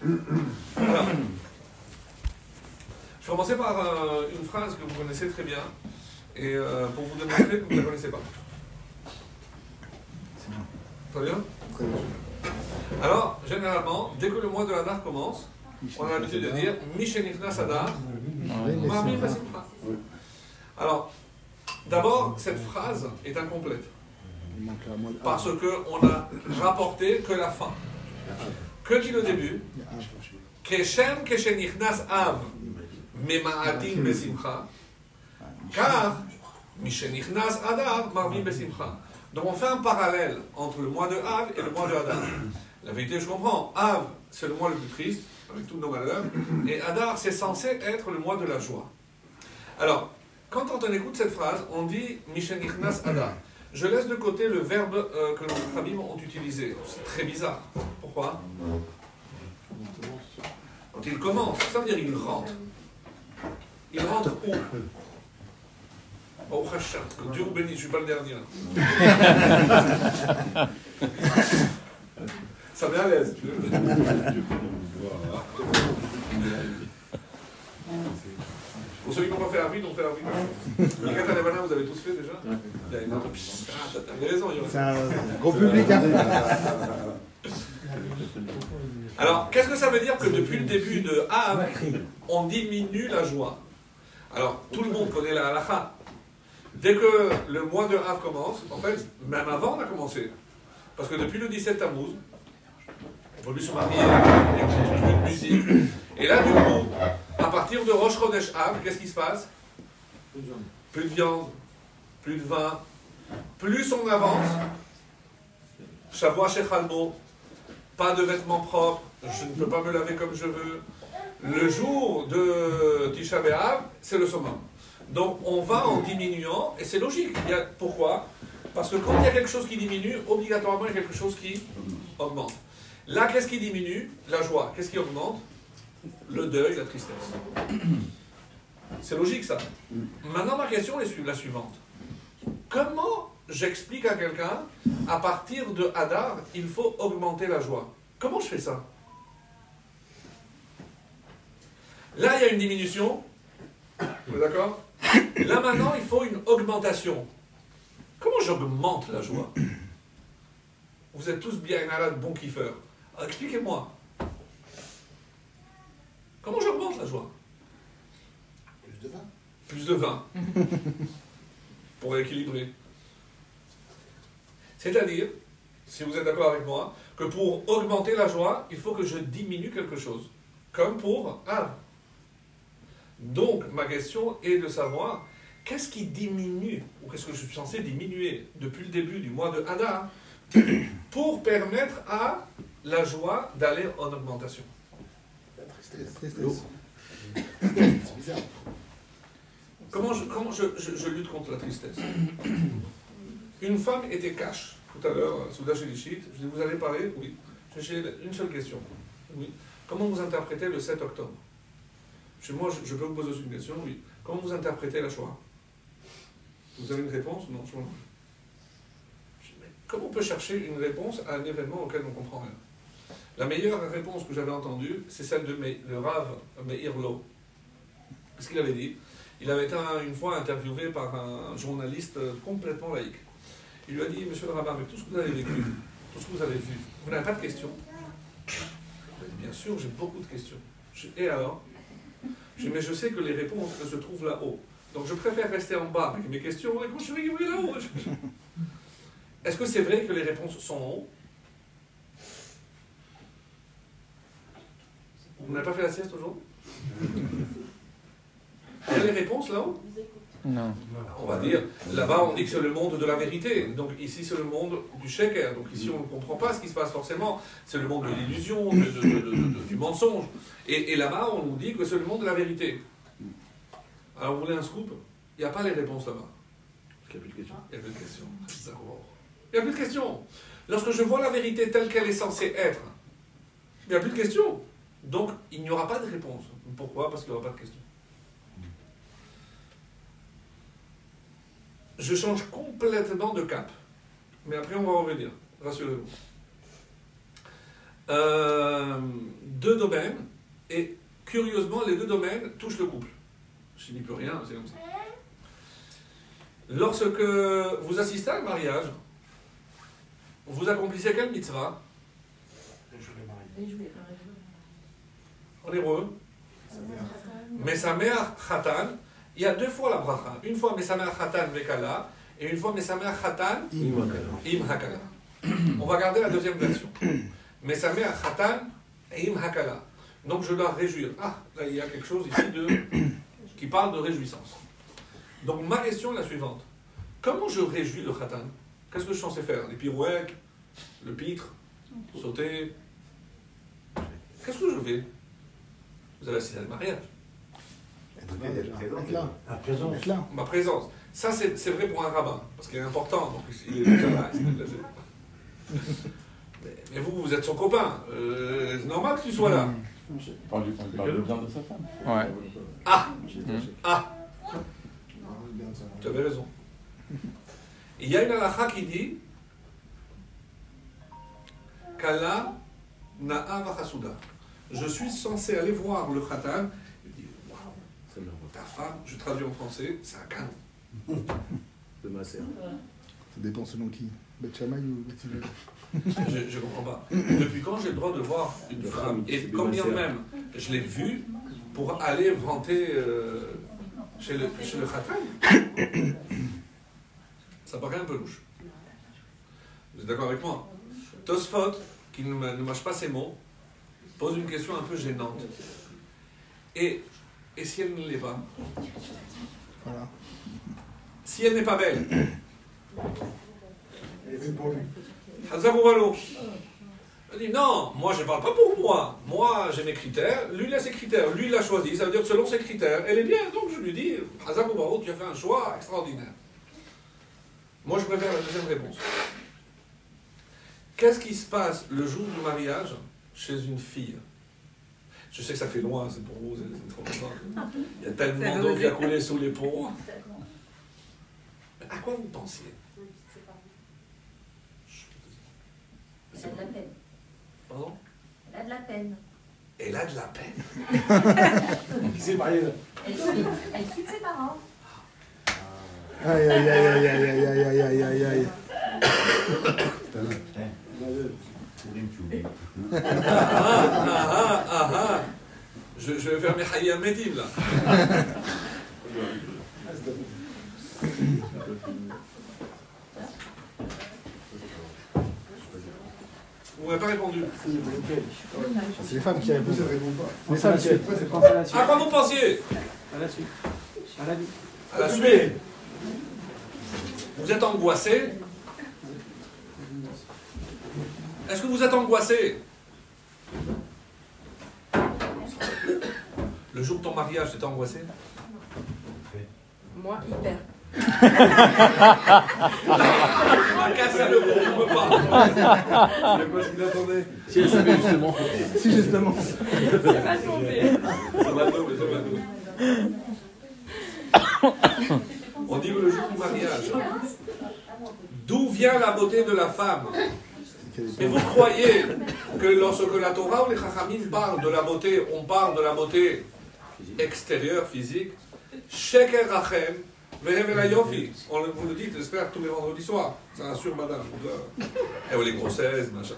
Alors, je vais commencer par une phrase que vous connaissez très bien, et pour vous démontrer que vous ne la connaissez pas. Très bien. Très bien. Alors, généralement, dès que le mois de Hadar commence, on a l'habitude de dire Mishenichnas Hadar, Marmi Basimcha. Alors, d'abord, cette phrase est incomplète. Parce qu'on a rapporté que la fin. Que dit le début? Keshem Keshenichnas Av, Mema'atin Besimcha. Car Mishenichnas Hadar, Marmi Besimcha. Donc on fait un parallèle entre le mois de Av et le mois de Hadar. La vérité, je comprends. Av, c'est le mois le plus triste, avec tous nos malheurs. Et Hadar, c'est censé être le mois de la joie. Alors, quand on écoute cette phrase, on dit Mishenichnas Hadar. Je laisse de côté le verbe que nos rabbins ont utilisé. C'est très bizarre. Pourquoi? Quand il commence, ça veut dire il rentre. Il rentre où? Oh, Hachem, que Dieu vous bénisse, je ne suis pas le dernier. Ça met à l'aise. Pour ceux qui n'ont pas fait la vie, on fait la vie. Les Katalevana, vous avez tous fait déjà? Il y a une autre. Ah, t'as raison, c'est un gros public, hein. Alors, qu'est-ce que ça veut dire que depuis le début de Av, on diminue la joie? Alors, tout le monde connaît la halakha. Dès que le mois de Av commence, en fait, même avant, on a commencé. Parce que depuis le 17 Tammuz, on ne peut plus se marier, il y a plus de musique. Et là, du coup, à partir de Rosh Chodesh Av, qu'est-ce qui se passe? Plus de viande, plus de vin. Plus on avance, Shavua Shechalmo, pas de vêtements propres, je ne peux pas me laver comme je veux. Le jour de Tisha B'Av, c'est le summum. Donc on va en diminuant, et c'est logique. Pourquoi? Parce que quand il y a quelque chose qui diminue, obligatoirement il y a quelque chose qui augmente. Là, qu'est-ce qui diminue? La joie. Qu'est-ce qui augmente? Le deuil, la tristesse. C'est logique ça. Maintenant ma question est la suivante. Comment j'explique à quelqu'un, à partir de Hadar, il faut augmenter la joie? Comment je fais ça? Là, il y a une diminution. Vous êtes d'accord? Là, maintenant, il faut une augmentation. Comment j'augmente la joie? Vous êtes tous bien malades, bons kiffeurs. Expliquez-moi. Comment j'augmente la joie? Plus de vin. Plus de vin. Pour équilibrer. C'est-à-dire, si vous êtes d'accord avec moi, que pour augmenter la joie, il faut que je diminue quelque chose. Comme pour Av. Donc, ma question est de savoir, qu'est-ce qui diminue, ou qu'est-ce que je suis censé diminuer depuis le début du mois de Hadar, pour permettre à la joie d'aller en augmentation? La tristesse. C'est bizarre. Comment je lutte contre la tristesse? Une femme était cash tout à l'heure, Souda Shelichit. Je dis, vous allez parler? Oui. J'ai une seule question. Oui. Comment vous interprétez le 7 octobre? Chez moi, je peux vous poser une question? Oui. Comment vous interprétez la Shoah? Vous avez une réponse? Non, je dis, mais comment on peut chercher une réponse à un événement auquel on ne comprend rien? La meilleure réponse que j'avais entendue, c'est celle de le Rav Meir Lo. Qu'est-ce qu'il avait dit? Il avait été une fois interviewé par un journaliste complètement laïque. Il lui a dit, monsieur le rabbin, avec tout ce que vous avez vécu, tout ce que vous avez vu, vous n'avez pas de questions? Il a dit, bien sûr, j'ai beaucoup de questions. Et alors? Je dis, mais je sais que les réponses se trouvent là-haut. Donc je préfère rester en bas avec mes questions et quand je vais là-haut. Est-ce que c'est vrai que les réponses sont en haut? Vous n'avez pas fait la sieste aujourd'hui? Il y a les réponses là-haut? Non. On va dire, là-bas on dit que c'est le monde de la vérité, donc ici c'est le monde du sheker, donc ici on ne comprend pas ce qui se passe forcément, c'est le monde de l'illusion, du mensonge, et là-bas on nous dit que c'est le monde de la vérité. Alors vous voulez un scoop? Il n'y a pas les réponses là-bas. Il n'y a plus de questions. Il n'y a plus de questions. Il n'y a plus de questions. Lorsque je vois la vérité telle qu'elle est censée être, il n'y a plus de questions. Donc il n'y aura pas de réponse. Pourquoi? Parce qu'il n'y aura pas de questions. Je change complètement de cap. Mais après, on va revenir. Rassurez-vous. deux domaines, et curieusement, les deux domaines touchent le couple. Je n'y peux rien, c'est comme ça. Lorsque vous assistez à un mariage, vous accomplissez quelle mitzvah? En hébreu, Mesameach Chatan. Il y a deux fois la bracha. Une fois Mesameach Chatan Vekala et une fois Mesameach Chatan Im Hakala. On va garder la deuxième version. Mesameach Chatan Im Hakala. Donc je dois réjouir. Ah, là il y a quelque chose ici qui parle de réjouissance. Donc ma question est la suivante. Comment je réjouis le Chatan? Qu'est-ce que je suis censé faire? Les pirouettes, le pitre, sauter? Qu'est-ce que je fais? Vous avez assisté à le mariage. La présence. Ma présence. Ça, c'est vrai pour un rabbin, parce qu'il est important. Donc, il est déjà là. Mais vous êtes son copain. C'est normal que tu sois là. Il parle du bien de sa femme. Ouais. Ah, tu avais raison. Il y a une halakha qui dit Kala na'a vachasuda. Je suis censé aller voir le khatan. Il dit waouh, ta femme, je traduis en français, c'est un canon. De ma sœur. Ça dépend selon qui. Beth Shammai ou Beth Hillel. Je ne comprends pas. Depuis quand j'ai le droit de voir une femme? Et combien même je l'ai vue pour aller vanter chez le khatan? Ça paraît un peu louche. Vous êtes d'accord avec moi? Tosfot, qui ne mâche pas ses mots, pose une question un peu gênante. Et si elle ne l'est pas? Voilà. Si elle n'est pas belle? Elle est venue pour lui. Hazabouvalo. Elle dit non, moi je ne parle pas pour moi. Moi j'ai mes critères, lui il a ses critères. Lui il a choisi, ça veut dire que selon ses critères, elle est bien. Donc je lui dis, Hazabouvalo, tu as fait un choix extraordinaire. Moi je préfère la deuxième réponse. Qu'est-ce qui se passe le jour du mariage chez une fille? Je sais que ça fait loin, c'est pour vous, c'est trop longtemps. Il y a tellement d'eau qui a coulé sous les ponts. Mais à quoi vous pensiez? Elle a de la peine. Pardon? Elle a de la peine. Elle a de la peine. Qui s'est marié là? Elle quitte ses parents. Aïe, aïe, aïe, aïe, aïe, aïe, aïe, aïe, aïe, aïe. Je vais faire mes Hayya Medim là. Vous m'avez pas répondu. C'est les femmes qui répondent. Les femmes qui répondent. À quoi vous pensiez? À la suite. À la vie. À la suite. Vous êtes angoissé? Est-ce que vous êtes angoissé? Le jour de ton mariage, tu étais angoissé? Moi, hyper. Casse le bon, on peut pas. C'est quoi ce qu'il attendait? Si elle savait justement. Si, justement. C'est pas tombé. Ça va nous, ça va nous. On dit que le jour du mariage, d'où vient la beauté de la femme? Et vous croyez que lorsque la Torah ou les Chachamim parlent de la beauté, on parle de la beauté extérieure, physique? Sheker Rachem, Vehevel Yofi. On vous le dit, j'espère, tous les vendredis soirs. Ça rassure madame. Et les grossesses, machin.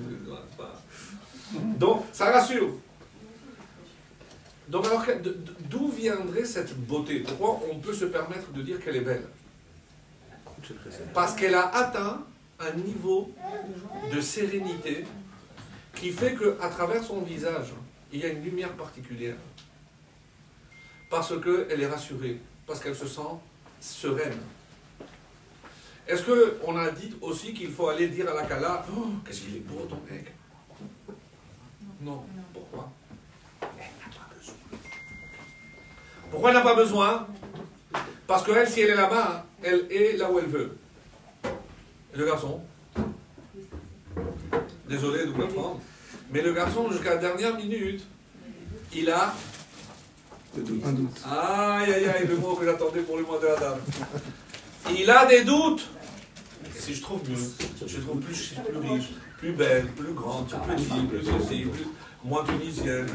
Donc, ça rassure. Donc, alors, d'où viendrait cette beauté? Pourquoi on peut se permettre de dire qu'elle est belle? Parce qu'elle a atteint un niveau de sérénité qui fait qu'à travers son visage, il y a une lumière particulière. Parce qu'elle est rassurée, parce qu'elle se sent sereine. Est-ce qu'on a dit aussi qu'il faut aller dire à la Kala, oh, qu'est-ce qu'il est beau ton mec? Non. Pourquoi? Elle n'a pas besoin. Pourquoi elle n'a pas besoin? Parce qu'elle, si elle est là-bas, elle est là où elle veut. Et le garçon? Désolé de vous l'apprendre. Mais le garçon, jusqu'à la dernière minute, il a... Un doute. Aïe, aïe, aïe, le mot que j'attendais pour le mois de la dame. Il a des doutes. Et si je trouve mieux, je trouve plus riche, plus belle, plus grande, plus petite, plus ceci, plus... moins tunisienne.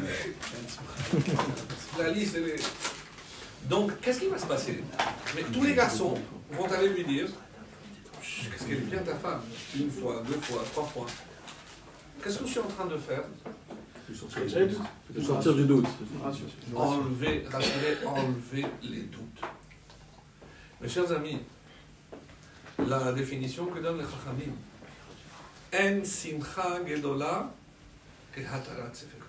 La liste, elle est... Donc, qu'est-ce qui va se passer? Mais tous les garçons vont aller lui dire, qu'est-ce qu'elle est bien ta femme? Une fois, deux fois, trois fois. Qu'est-ce que je suis en train de faire? De sortir du doute. Enlever, rassurer, enlever les doutes. Mes chers amis, la définition que donne le Chachamim, En simcha gedola ke hatarat sefekot.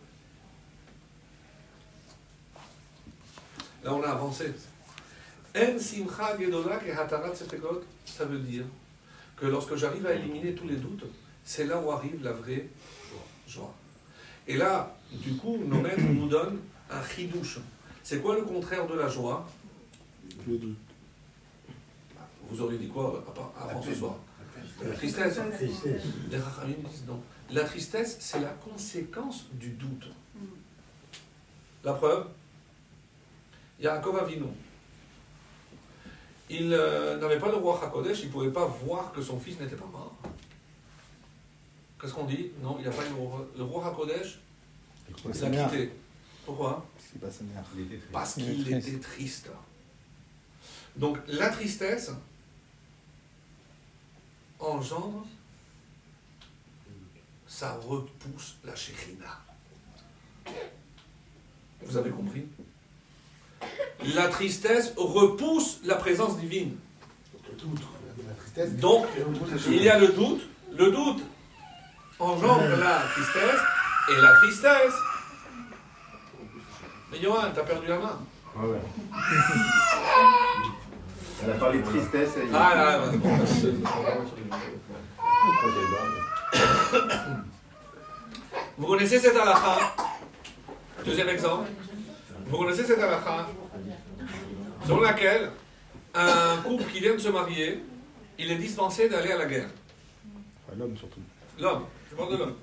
Là, on a avancé. En simcha gedola ke hatarat sefekot, ça veut dire que lorsque j'arrive à éliminer tous les doutes, c'est là où arrive la vraie joie. Et là, du coup, nos maîtres nous donnent un chidouche. C'est quoi le contraire de la joie? Le doute. Vous auriez dit quoi avant ce soir? La tristesse. Les Rachamim disent non. La tristesse, c'est la conséquence du doute. La preuve, Yaakov Avinu. Il n'avait pas le roi HaKodesh, il ne pouvait pas voir que son fils n'était pas mort. Qu'est-ce qu'on dit? Non, il n'y a pas le roi HaKodesh, il l'a quitté. Pourquoi? Parce qu'il était triste. Donc la tristesse engendre, ça repousse la Shekhinah. Vous avez compris? La tristesse repousse la présence divine. Donc, il y a le doute. Le doute engendre la tristesse. Et la tristesse... Mais Yohan, t'as perdu la main. Ouais. Elle a parlé de tristesse. Ah là, bon. Vous connaissez cette halakha? Deuxième exemple. Vous connaissez cette halakha selon laquelle un couple qui vient de se marier, il est dispensé d'aller à la guerre. L'homme surtout. L'homme, je parle de l'homme.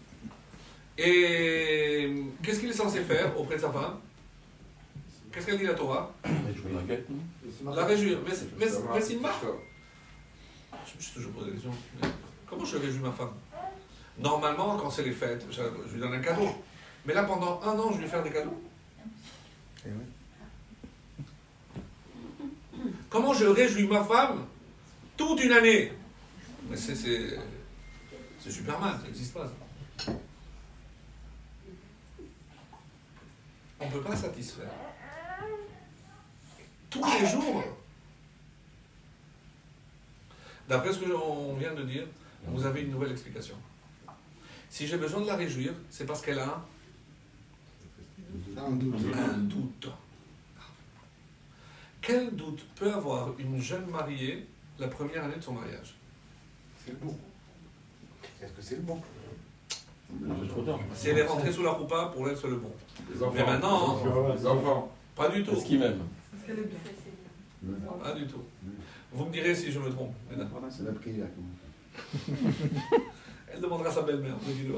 Et qu'est-ce qu'il est censé faire auprès de sa femme? Qu'est-ce qu'elle dit la Torah? La réjouir. Mais c'est une marque. Je me suis toujours posé la question. Comment je réjouis ma femme? Normalement, quand c'est les fêtes, je lui donne un cadeau. Mais là, pendant un an, je vais lui faire des cadeaux. Et oui. Comment je réjouis ma femme toute une année? Mais c'est Superman, ça n'existe pas. Ça. On ne peut pas satisfaire. Tous les jours. D'après ce que on vient de dire, vous avez une nouvelle explication. Si j'ai besoin de la réjouir, c'est parce qu'elle a un doute. Quel doute peut avoir une jeune mariée la première année de son mariage? C'est le bon. Est-ce que c'est le bon? Si elle est rentrée sous la roupa, pour elle c'est le bon. enfants. Mais maintenant, Les enfants. pas du tout. Est-ce qu'ils m'aiment? Pas du tout. Vous me direz si je me trompe. C'est la prière. Elle demandera à sa belle-mère.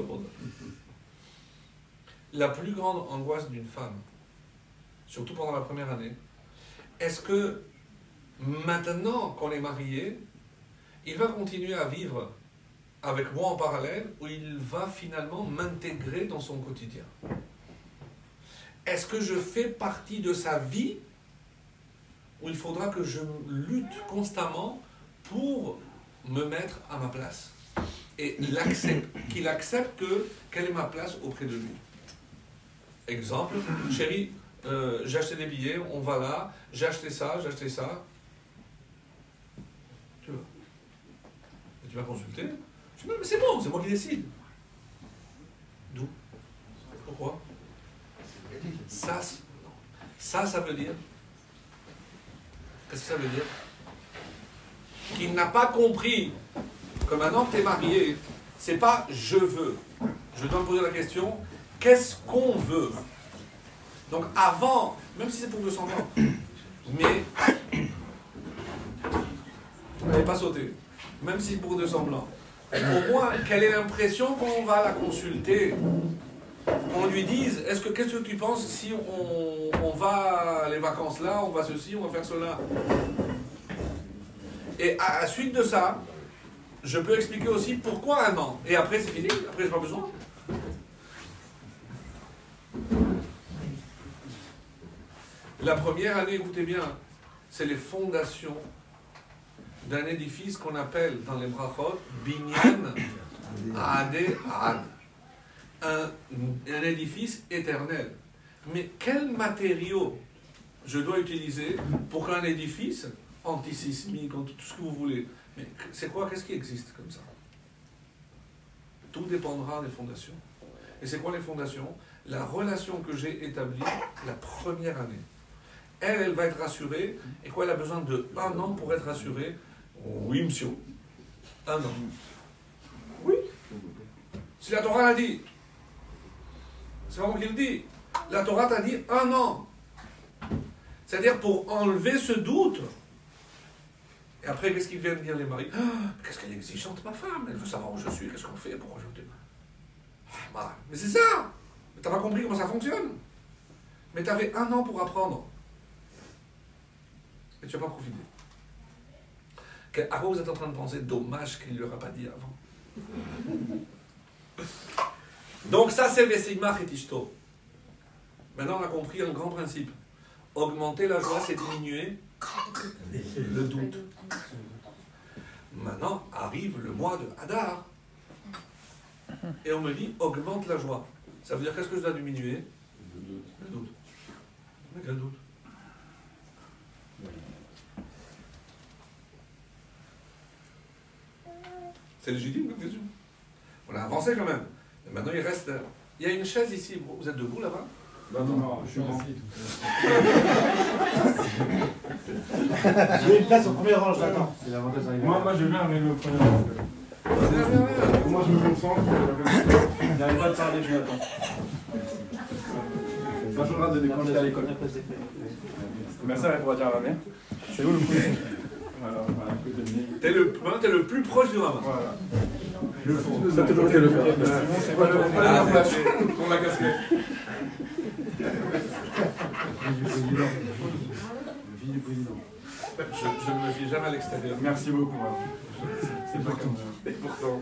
La plus grande angoisse d'une femme, surtout pendant la première année, est-ce que maintenant qu'on est marié, il va continuer à vivre avec moi en parallèle ou il va finalement m'intégrer dans son quotidien? Est-ce que je fais partie de sa vie ou il faudra que je lutte constamment pour me mettre à ma place et qu'il accepte quelle est ma place auprès de lui? Exemple, chérie, j'ai acheté des billets, on va là, j'ai acheté ça. Tu vois? Et tu m'as consulté? Je dis non, mais c'est bon, c'est moi qui décide. D'où? Pourquoi? Ça veut dire. Qu'est-ce que ça veut dire? Qu'il n'a pas compris que maintenant que tu es marié, c'est pas je veux. Je dois me poser la question, qu'est-ce qu'on veut? Donc avant, même si c'est pour 200 ans, mais vous n'avez pas sauté, même si c'est pour 200 blancs, au moins, quelle est l'impression quand on va la consulter? On lui dise, qu'est-ce que tu penses si on va les vacances là, on va ceci, on va faire cela? Et à la suite de ça, je peux expliquer aussi pourquoi un an. Et après c'est fini, après j'ai pas besoin. La première année, écoutez bien, c'est les fondations d'un édifice qu'on appelle dans les brachot Binyan Ade Ad. Un édifice éternel. Mais quel matériau je dois utiliser pour qu'un édifice antisismique, tout ce que vous voulez, mais c'est quoi, qu'est-ce qui existe comme ça? Tout dépendra des fondations. Et c'est quoi les fondations? La relation que j'ai établie la première année. Elle va être rassurée. Et quoi, elle a besoin de 1 an pour être rassurée? Oui, monsieur. 1 an. Oui. Si la Torah l'a dit, c'est pas moi qui le dis. La Torah t'a dit 1 an. C'est-à-dire pour enlever ce doute. Et après, qu'est-ce qu'ils viennent dire les maris? Qu'est-ce qu'elle est exigeante, ma femme? Elle veut savoir où je suis, qu'est-ce qu'on fait, pourquoi je le dis. Mais c'est ça! Mais t'as pas compris comment ça fonctionne. Mais tu avais 1 an pour apprendre. Et tu n'as pas profité. À quoi vous êtes en train de penser? Dommage qu'il ne leur a pas dit avant. Donc ça c'est Vesigmach et Tishto. Maintenant on a compris un grand principe. Augmenter la joie, c'est diminuer le doute. Maintenant arrive le mois de Hadar. Et on me dit, augmente la joie. Ça veut dire qu'est-ce que je dois diminuer? Le doute. Mais quel doute? C'est légitime comme question. On a avancé quand même. Et maintenant il reste... Il y a une chaise ici. Vous êtes debout là-bas? Non, je suis grand. J'ai une place au premier rang, je l'attends. C'est l'avantage d'arriver. Moi, je viens arriver au premier rang. Moi, je me concentre. Il n'arrive pas de parler, je l'attends. Moi, je regarde de quand j'étais à l'école. Ma soeur, elle pourra dire à ma mère. C'est où le premier? Voilà, t'es le plus proche du rabbin. Voilà. Ça, toujours qu'elle le fait. C'est pas la place. Pour la casquette. Vie du président. Je ne me fie jamais à l'extérieur. Merci beaucoup. C'est pas comme ça. Et pourtant.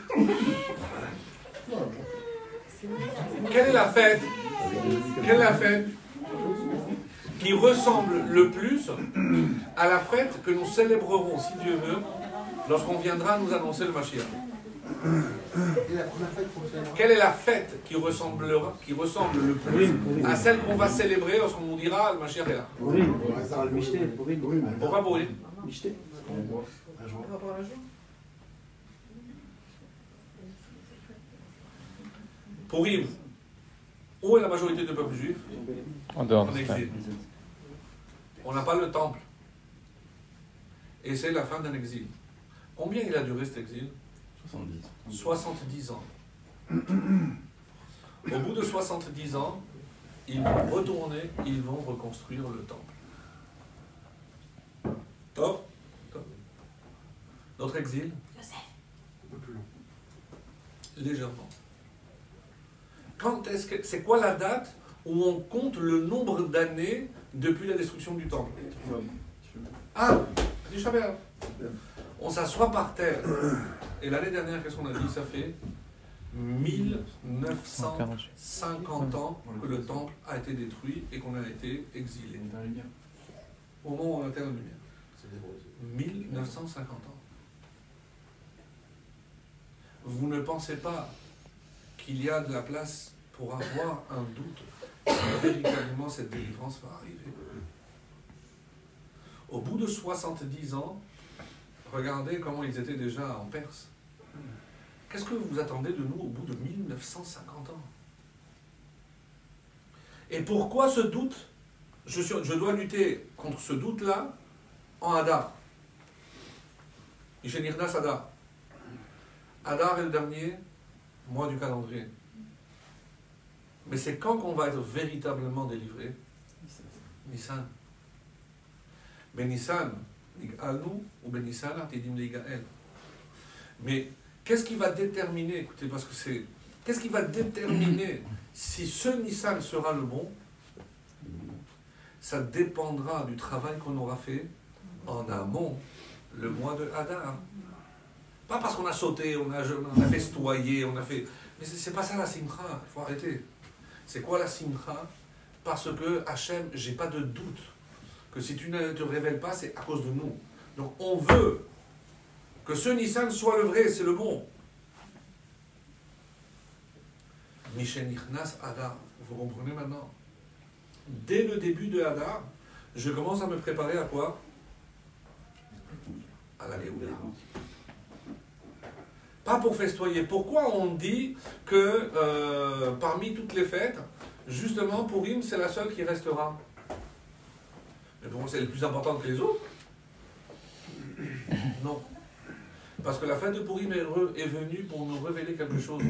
Quelle est la fête? Quelle est la fête qui ressemble le plus à la fête que nous célébrerons, si Dieu veut, lorsqu'on viendra nous annoncer le Mashiach? Quelle est la fête qui ressemble le plus à celle qu'on va célébrer lorsqu'on nous dira le Mashiach est là? Pourquoi Purim? Purim, où est la majorité du peuple juif? En dehors En de ça. exil. On n'a pas le temple. Et c'est la fin d'un exil. Combien il a duré cet exil? 70 ans. Au bout de 70 ans, ils vont retourner, ils vont reconstruire le temple. Top. Notre exil? Légèrement. C'est quoi la date où on compte le nombre d'années depuis la destruction du temple? Ah, du Shabbat. On s'assoit par terre. Et l'année dernière, qu'est-ce qu'on a dit? Ça fait 1950 ans que le temple a été détruit et qu'on a été exilé. Au moment où on a atteint la lumière. 1950 ans. Vous ne pensez pas qu'il y a de la place pour avoir un doute que véritablement cette délivrance va arriver? Au bout de 70 ans, regardez comment ils étaient déjà en Perse. Qu'est-ce que vous attendez de nous au bout de 1950 ans? Et pourquoi ce doute? Je dois lutter contre ce doute-là en Hadar. Ishenirnas Hadar. Hadar est le dernier mois du calendrier. Mais c'est quand qu'on va être véritablement délivré? Nissan. Ben Nissan, Nig'alnu ou Ben Nissan, Atidim Ligael. Mais qu'est-ce qui va déterminer, écoutez, parce que c'est. Qu'est-ce qui va déterminer si ce Nissan sera le bon? Ça dépendra du travail qu'on aura fait en amont, le mois de Hadar. Pas parce qu'on a sauté, on a festoyé, on a fait. Mais c'est pas ça la simcha, il faut arrêter. C'est quoi la simcha? Parce que Hachem, j'ai pas de doute que si tu ne te révèles pas, c'est à cause de nous. Donc on veut que ce Nissan soit le vrai, c'est le bon. Mishenichnas Hadar, vous comprenez maintenant? Dès le début de Hadar, je commence à me préparer à quoi? À la Géoula. Pas pour festoyer. Pourquoi on dit que parmi toutes les fêtes, justement Purim c'est la seule qui restera? Mais pour moi c'est la plus importante que les autres? Non. Parce que la fête de Purim est venue pour nous révéler quelque chose.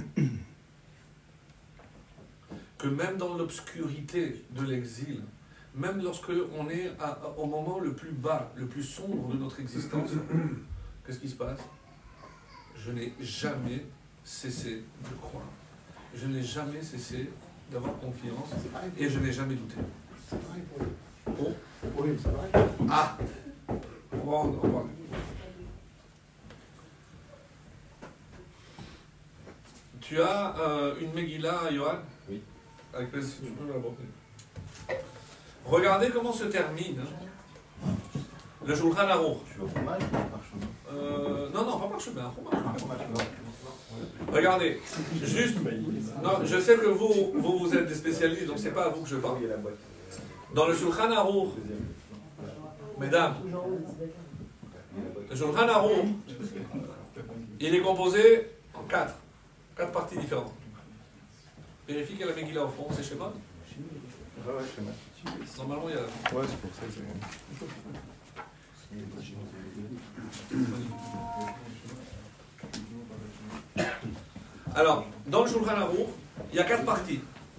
Que même dans l'obscurité de l'exil, même lorsque on est au moment le plus bas, le plus sombre de notre existence, qu'est-ce qui se passe? Je n'ai jamais cessé de croire. Je n'ai jamais cessé d'avoir confiance et je n'ai jamais douté. C'est pareil pour lui. Bon. Pour lui, c'est pareil. Ah, on va en parler. Tu as une Megillah, Johan? Oui. Avec plaisir, si tu peux me l'apporter. Regardez comment se termine le Shulchan Aruch. Tu vas au fromage ou au parchemin? Non, pas parchemin, fromage. Regardez, juste, non, je sais que vous êtes des spécialistes, donc c'est pas à vous que je parle. Dans le Shulchan Aruch, mesdames, le Shulchan Aruch, il est composé en quatre parties différentes. Vérifie qu'il y a la Megillah au fond, c'est Shema? Ouais, je sais pas. Normalement, il y a. Ouais, c'est pour ça que c'est. Alors, dans le Shulchan Aruch, il y a 4 parties.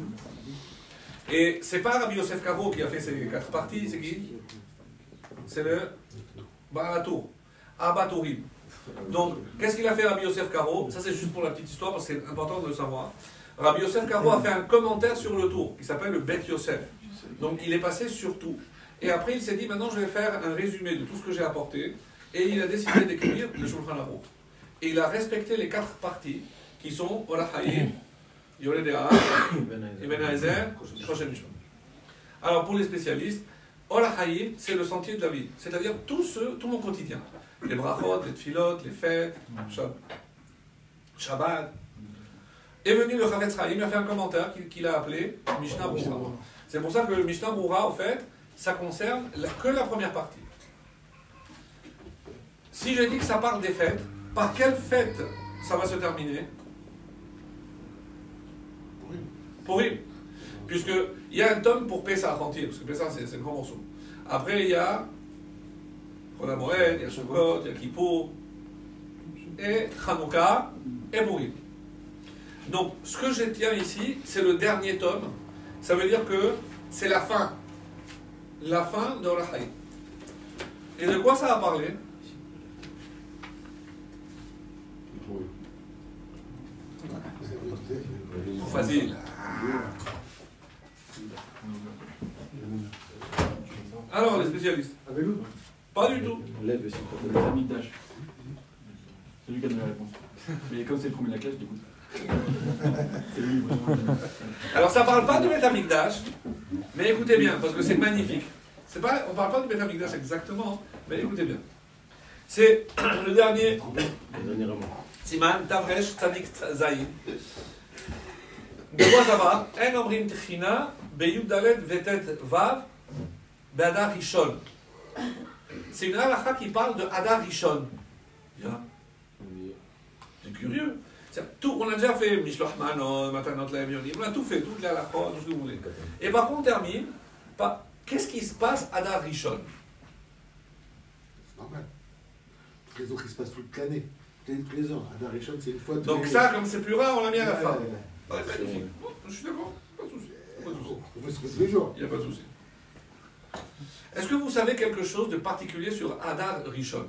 Et c'est pas Rabbi Yosef Karo qui a fait ces 4 parties, c'est qui? C'est le Baal HaTur, Abba Turim. Donc, qu'est-ce qu'il a fait Rabbi Yosef Karo? Ça, c'est juste pour la petite histoire, parce que c'est important de le savoir. Rabbi Yosef Karo a fait un commentaire sur le tour, qui s'appelle le Bet Yosef. Donc, il est passé sur tout. Et après, il s'est dit, maintenant, je vais faire un résumé de tout ce que j'ai apporté. Et il a décidé d'écrire le Shulchan Aruch. Et il a respecté les 4 parties, qui sont Or HaChaim, Yoreh De'ah, Ibn Hazer, Choshen Mishpat. Alors, pour les spécialistes, Or HaChaim, c'est le sentier de la vie. C'est-à-dire tout mon quotidien. Les brachot, les tfilot, les fêtes, Shabbat. Est venu le Chavetz Chaim, il a fait un commentaire qu'il a appelé Mishnah Brura. C'est pour ça que le Mishnah Brura, en fait, ça concerne que la première partie. Si je dis que ça parle des fêtes, par quelle fête ça va se terminer? Purim. Puisqu'il y a un tome pour Pessah entier, parce que Pessah c'est le grand morceau. Après il y a Chol HaMoed, il y a Sukkot, il y a Kippour, et Chanukah, et Purim. Donc ce que je tiens ici, c'est le dernier tome. Ça veut dire que c'est la fin. La fin de Or HaChaim. Et de quoi ça va parler? Facile. Alors, les spécialistes? Avec nous? Pas du tout. Lève aussi. Le Hamikdash. C'est lui qui a donné la réponse. Mais comme c'est le premier de la classe, j'écoute. C'est lui. Alors, ça parle pas de Beth Amikdash, mais écoutez bien, parce que c'est magnifique. On parle pas de Beth Amikdash exactement, mais écoutez bien. C'est le dernier. Siman, Tavresh, Tzadik, Zayin. De quoi ça va? En omrim tchina, beyud dalet vetet vav, be'adar rishon. C'est une halakha qui parle de Adar Rishon. Bien. C'est curieux. Tout, on a déjà fait Mishloach Manon, Matanot Lahem, on a tout fait, toutes les halakhot, tout ce que vous voulez. Et par contre, on termine par qu'est-ce qui se passe à Adar Rishon? C'est normal. Les autres, ils se passent toute l'année. Tous les ans. Adar Rishon, c'est une fois. Donc ça, comme c'est plus rare, on l'a mis à la fin. Ouais, Magnifique. Je suis d'accord, pas de souci. on fait ce que tous les jours. Il n'y a pas de souci. Est-ce que vous savez quelque chose de particulier sur Adar Rishon?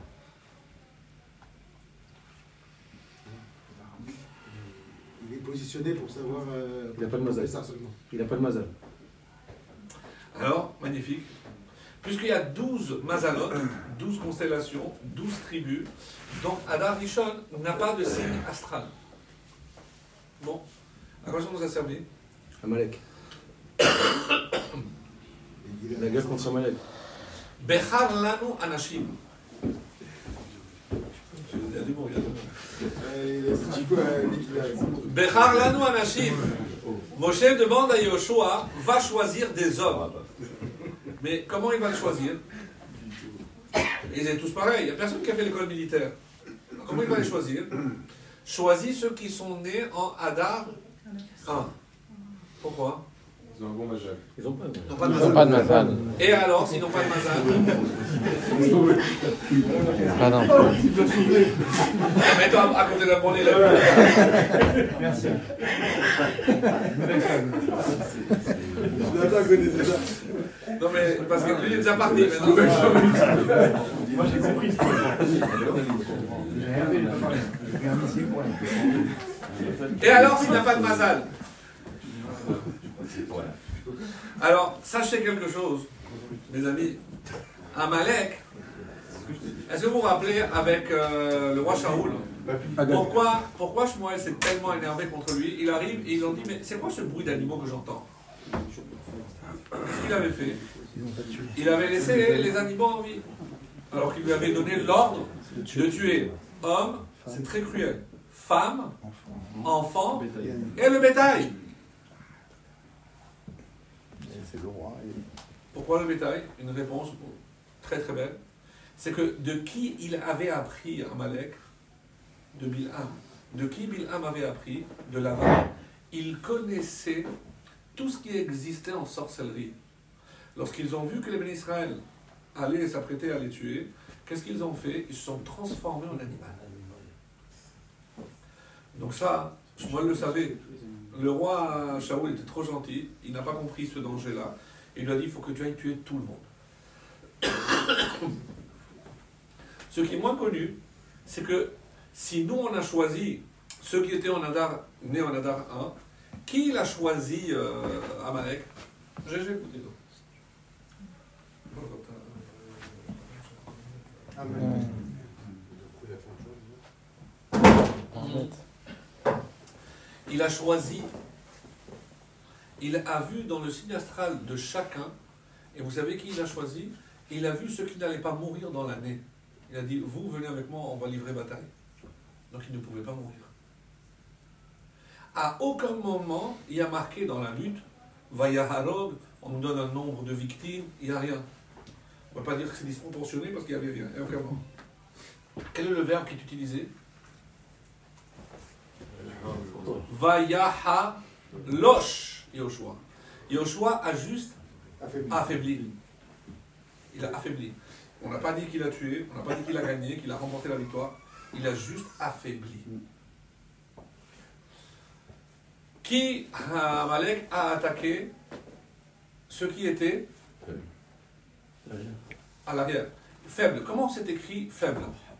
Il est positionné pour savoir. Il n'a pas de mazal. Ça seulement. Il n'a pas de mazal. Alors, magnifique. Puisqu'il y a 12 mazalot, 12 constellations, 12 tribus, donc Adar Rishon n'a pas de signe astral. Bon, à quoi ça nous a servi? Amalek. La guerre contre Amalek. Bechar lanu anashim. Il y a du bon, il y a du bon. Bechar lanu anashim. Moshe demande à Yoshua, va choisir des hommes. Mais comment il va le choisir? Ils étaient tous pareils, il n'y a personne qui a fait l'école militaire. Comment il va les choisir? Choisis ceux qui sont nés en Hadar 1. Pourquoi? Ils ont un bon majeur. Ils n'ont pas de Ils n'ont pas de Ils n'ont mazal. pas de mazal. Et alors, s'ils n'ont pas de mazal? Ah non. Mets-toi à côté de la bonne élève. Merci. Non mais, parce que lui il est déjà parti maintenant. Moi j'ai compris ce qu'il Et alors, s'il n'a pas de mazal? Alors, sachez quelque chose, mes amis. Amalek, est-ce que vous vous rappelez avec le roi Shaoul, pourquoi Shmuel s'est tellement énervé contre lui? Il arrive et ils ont dit, mais c'est quoi ce bruit d'animaux que j'entends? Qu'est-ce qu'il avait fait? Il avait laissé les animaux en vie, alors qu'il lui avait donné l'ordre de tuer hommes, c'est très cruel, femmes, enfants et le bétail. C'est le roi. Pourquoi le bétail? Une réponse très très belle. C'est que de qui il avait appris Amalek? De Bilham. De qui Bilham avait appris? De Lavan. Il connaissait tout ce qui existait en sorcellerie. Lorsqu'ils ont vu que les bénis Israël allaient s'apprêter à les tuer, qu'est-ce qu'ils ont fait? Ils se sont transformés en animal. Donc ça, moi je le savais. Le roi Shaoul était trop gentil, il n'a pas compris ce danger-là. Il lui a dit, il faut que tu ailles tuer tout le monde. Ce qui est moins connu, c'est que si nous on a choisi ceux qui étaient nés en Hadar 1, qui l'a choisi Amalek? J'ai écouté. Il a choisi, il a vu dans le signe astral de chacun, et vous savez qui il a choisi? Il a vu ceux qui n'allaient pas mourir dans l'année. Il a dit, vous venez avec moi, on va livrer bataille. Donc ils ne pouvaient pas mourir. À aucun moment, il y a marqué dans la lutte, Vayaharog, on nous donne un nombre de victimes, il n'y a rien. On ne va pas dire que c'est disproportionné parce qu'il n'y avait rien, il n'y a aucun moment. Quel est le verbe qui est utilisé? Vayahalosh Yoshua. Yoshua a juste affaibli. Il a affaibli. On n'a pas dit qu'il a tué, on n'a pas dit qu'il a gagné, qu'il a remporté la victoire. Il a juste affaibli. Qui, Amalek, a attaqué ceux qui étaient à l'arrière? Faible. Comment c'est écrit faible?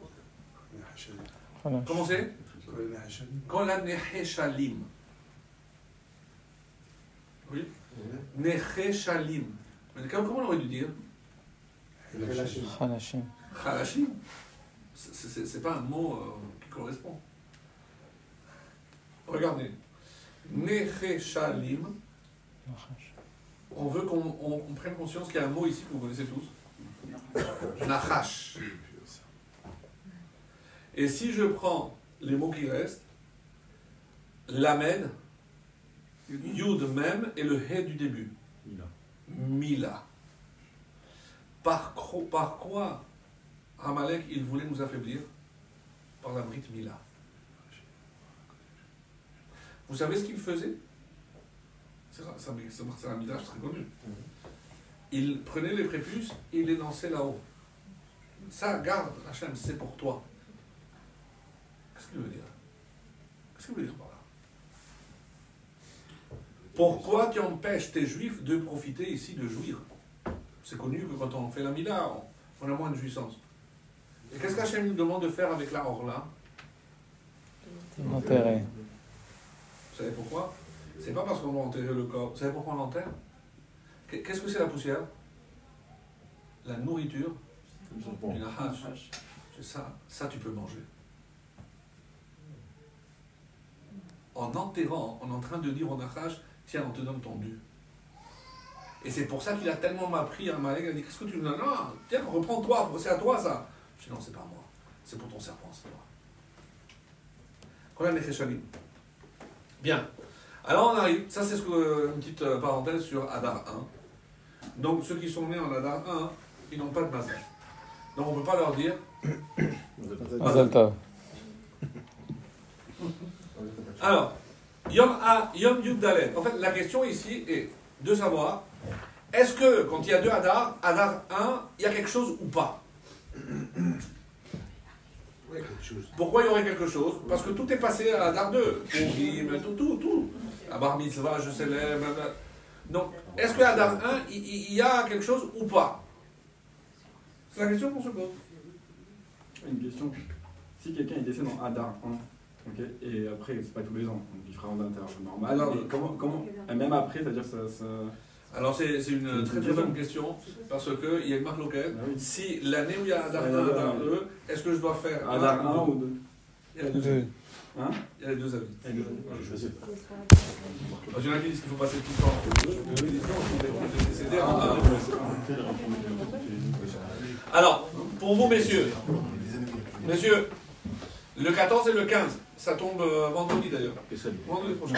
Comment c'est? Kola Neheshalim. Oui? Neheshalim. Comment on aurait dû dire? Khalashim. Khalashim. C'est pas un mot qui correspond. Regardez. Neheshalim. On veut qu'on prenne conscience qu'il y a un mot ici que vous connaissez tous. Nachash. Et si je prends les mots qui restent, Lamed, Yud même et le He du début. Mila. Par quoi Amalek, il voulait nous affaiblir? Par la Brit Mila. Vous savez ce qu'il faisait? C'est un midrash très connu. Il prenait les prépuces et il les lançait là-haut. Ça, garde, Hachem, c'est pour toi. Qu'est-ce qu'il veut dire? Qu'est-ce qu'il veut dire par là? Pourquoi tu empêches tes juifs de profiter ici de jouir? C'est connu que quand on fait la Mila, on a moins de jouissance. Et qu'est-ce qu'Hachem nous demande de faire avec la Orla? Enterré. Vous savez pourquoi? C'est pas parce qu'on va enterrer le corps. Vous savez pourquoi on l'enterre? Qu'est-ce que c'est la poussière? La nourriture du nahash. C'est ça. Ça, tu peux manger. En enterrant, on est en train de dire au nahash, tiens, on te donne ton dû. Et c'est pour ça qu'il a tellement mal pris à Amalek. Il a dit, qu'est-ce que tu me donnes? Non, tiens, reprends-toi, c'est à toi ça. Je dis, non, c'est pas moi, c'est pour ton serpent, c'est toi. Qu'on a les Cheshalim. Bien. Alors on arrive, ça c'est une petite parenthèse sur Adar 1. Donc ceux qui sont nés en Adar 1, ils n'ont pas de mazal. Donc on ne peut pas leur dire Mazal Tov. Alors, Yom Yud Dalet. En fait, la question ici est de savoir, est-ce que quand il y a deux Adar 1, il y a quelque chose ou pas? Ouais, quelque chose. Pourquoi il y aurait quelque chose? Parce que tout est passé à Adar 2. Tout. À Bar Mitzvah, je célèbre. Donc, est-ce que Adar 1, il y a quelque chose ou pas? C'est la question qu'on se pose. Une question. Si quelqu'un est décédé en Adar 1, ok, et après, c'est pas tous les ans, donc il fera en intervalle normal. Alors, et comment, et même après, c'est-à-dire ça. Alors c'est une très très bonne question, parce qu'il y a une marque locale. Ah oui. Si l'année où il y a Adar 1, Adar 2, est-ce que je dois faire Adar 1 ou 2? Il y a les deux. Hein? Il y a les deux avis. Je sais pas. Parce qu'il y en a qui disent qu'il faut passer tout le temps en 2, il y en a qui disent non, on est décédé en 1. Alors, pour vous messieurs, le 14 et le 15, ça tombe vendredi d'ailleurs. Vendredi prochain.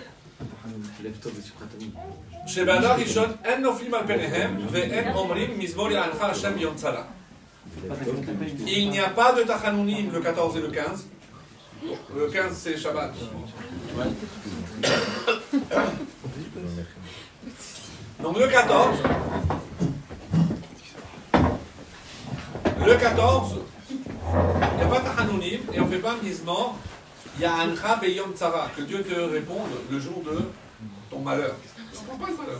שבאדר ראשון אין נופלים על פניהם ואין אומרים מזמור יענך השם ביום צרה. Il n'y a pas de Tachanounim le 14 et le 15. Le 15 c'est Shabbat. Donc le 14, il n'y a pas Tachanounim et on ne fait pas Mizmor Ya'ancha beyom tzara, que Dieu te réponde le jour de ton malheur. Je comprends pas ça.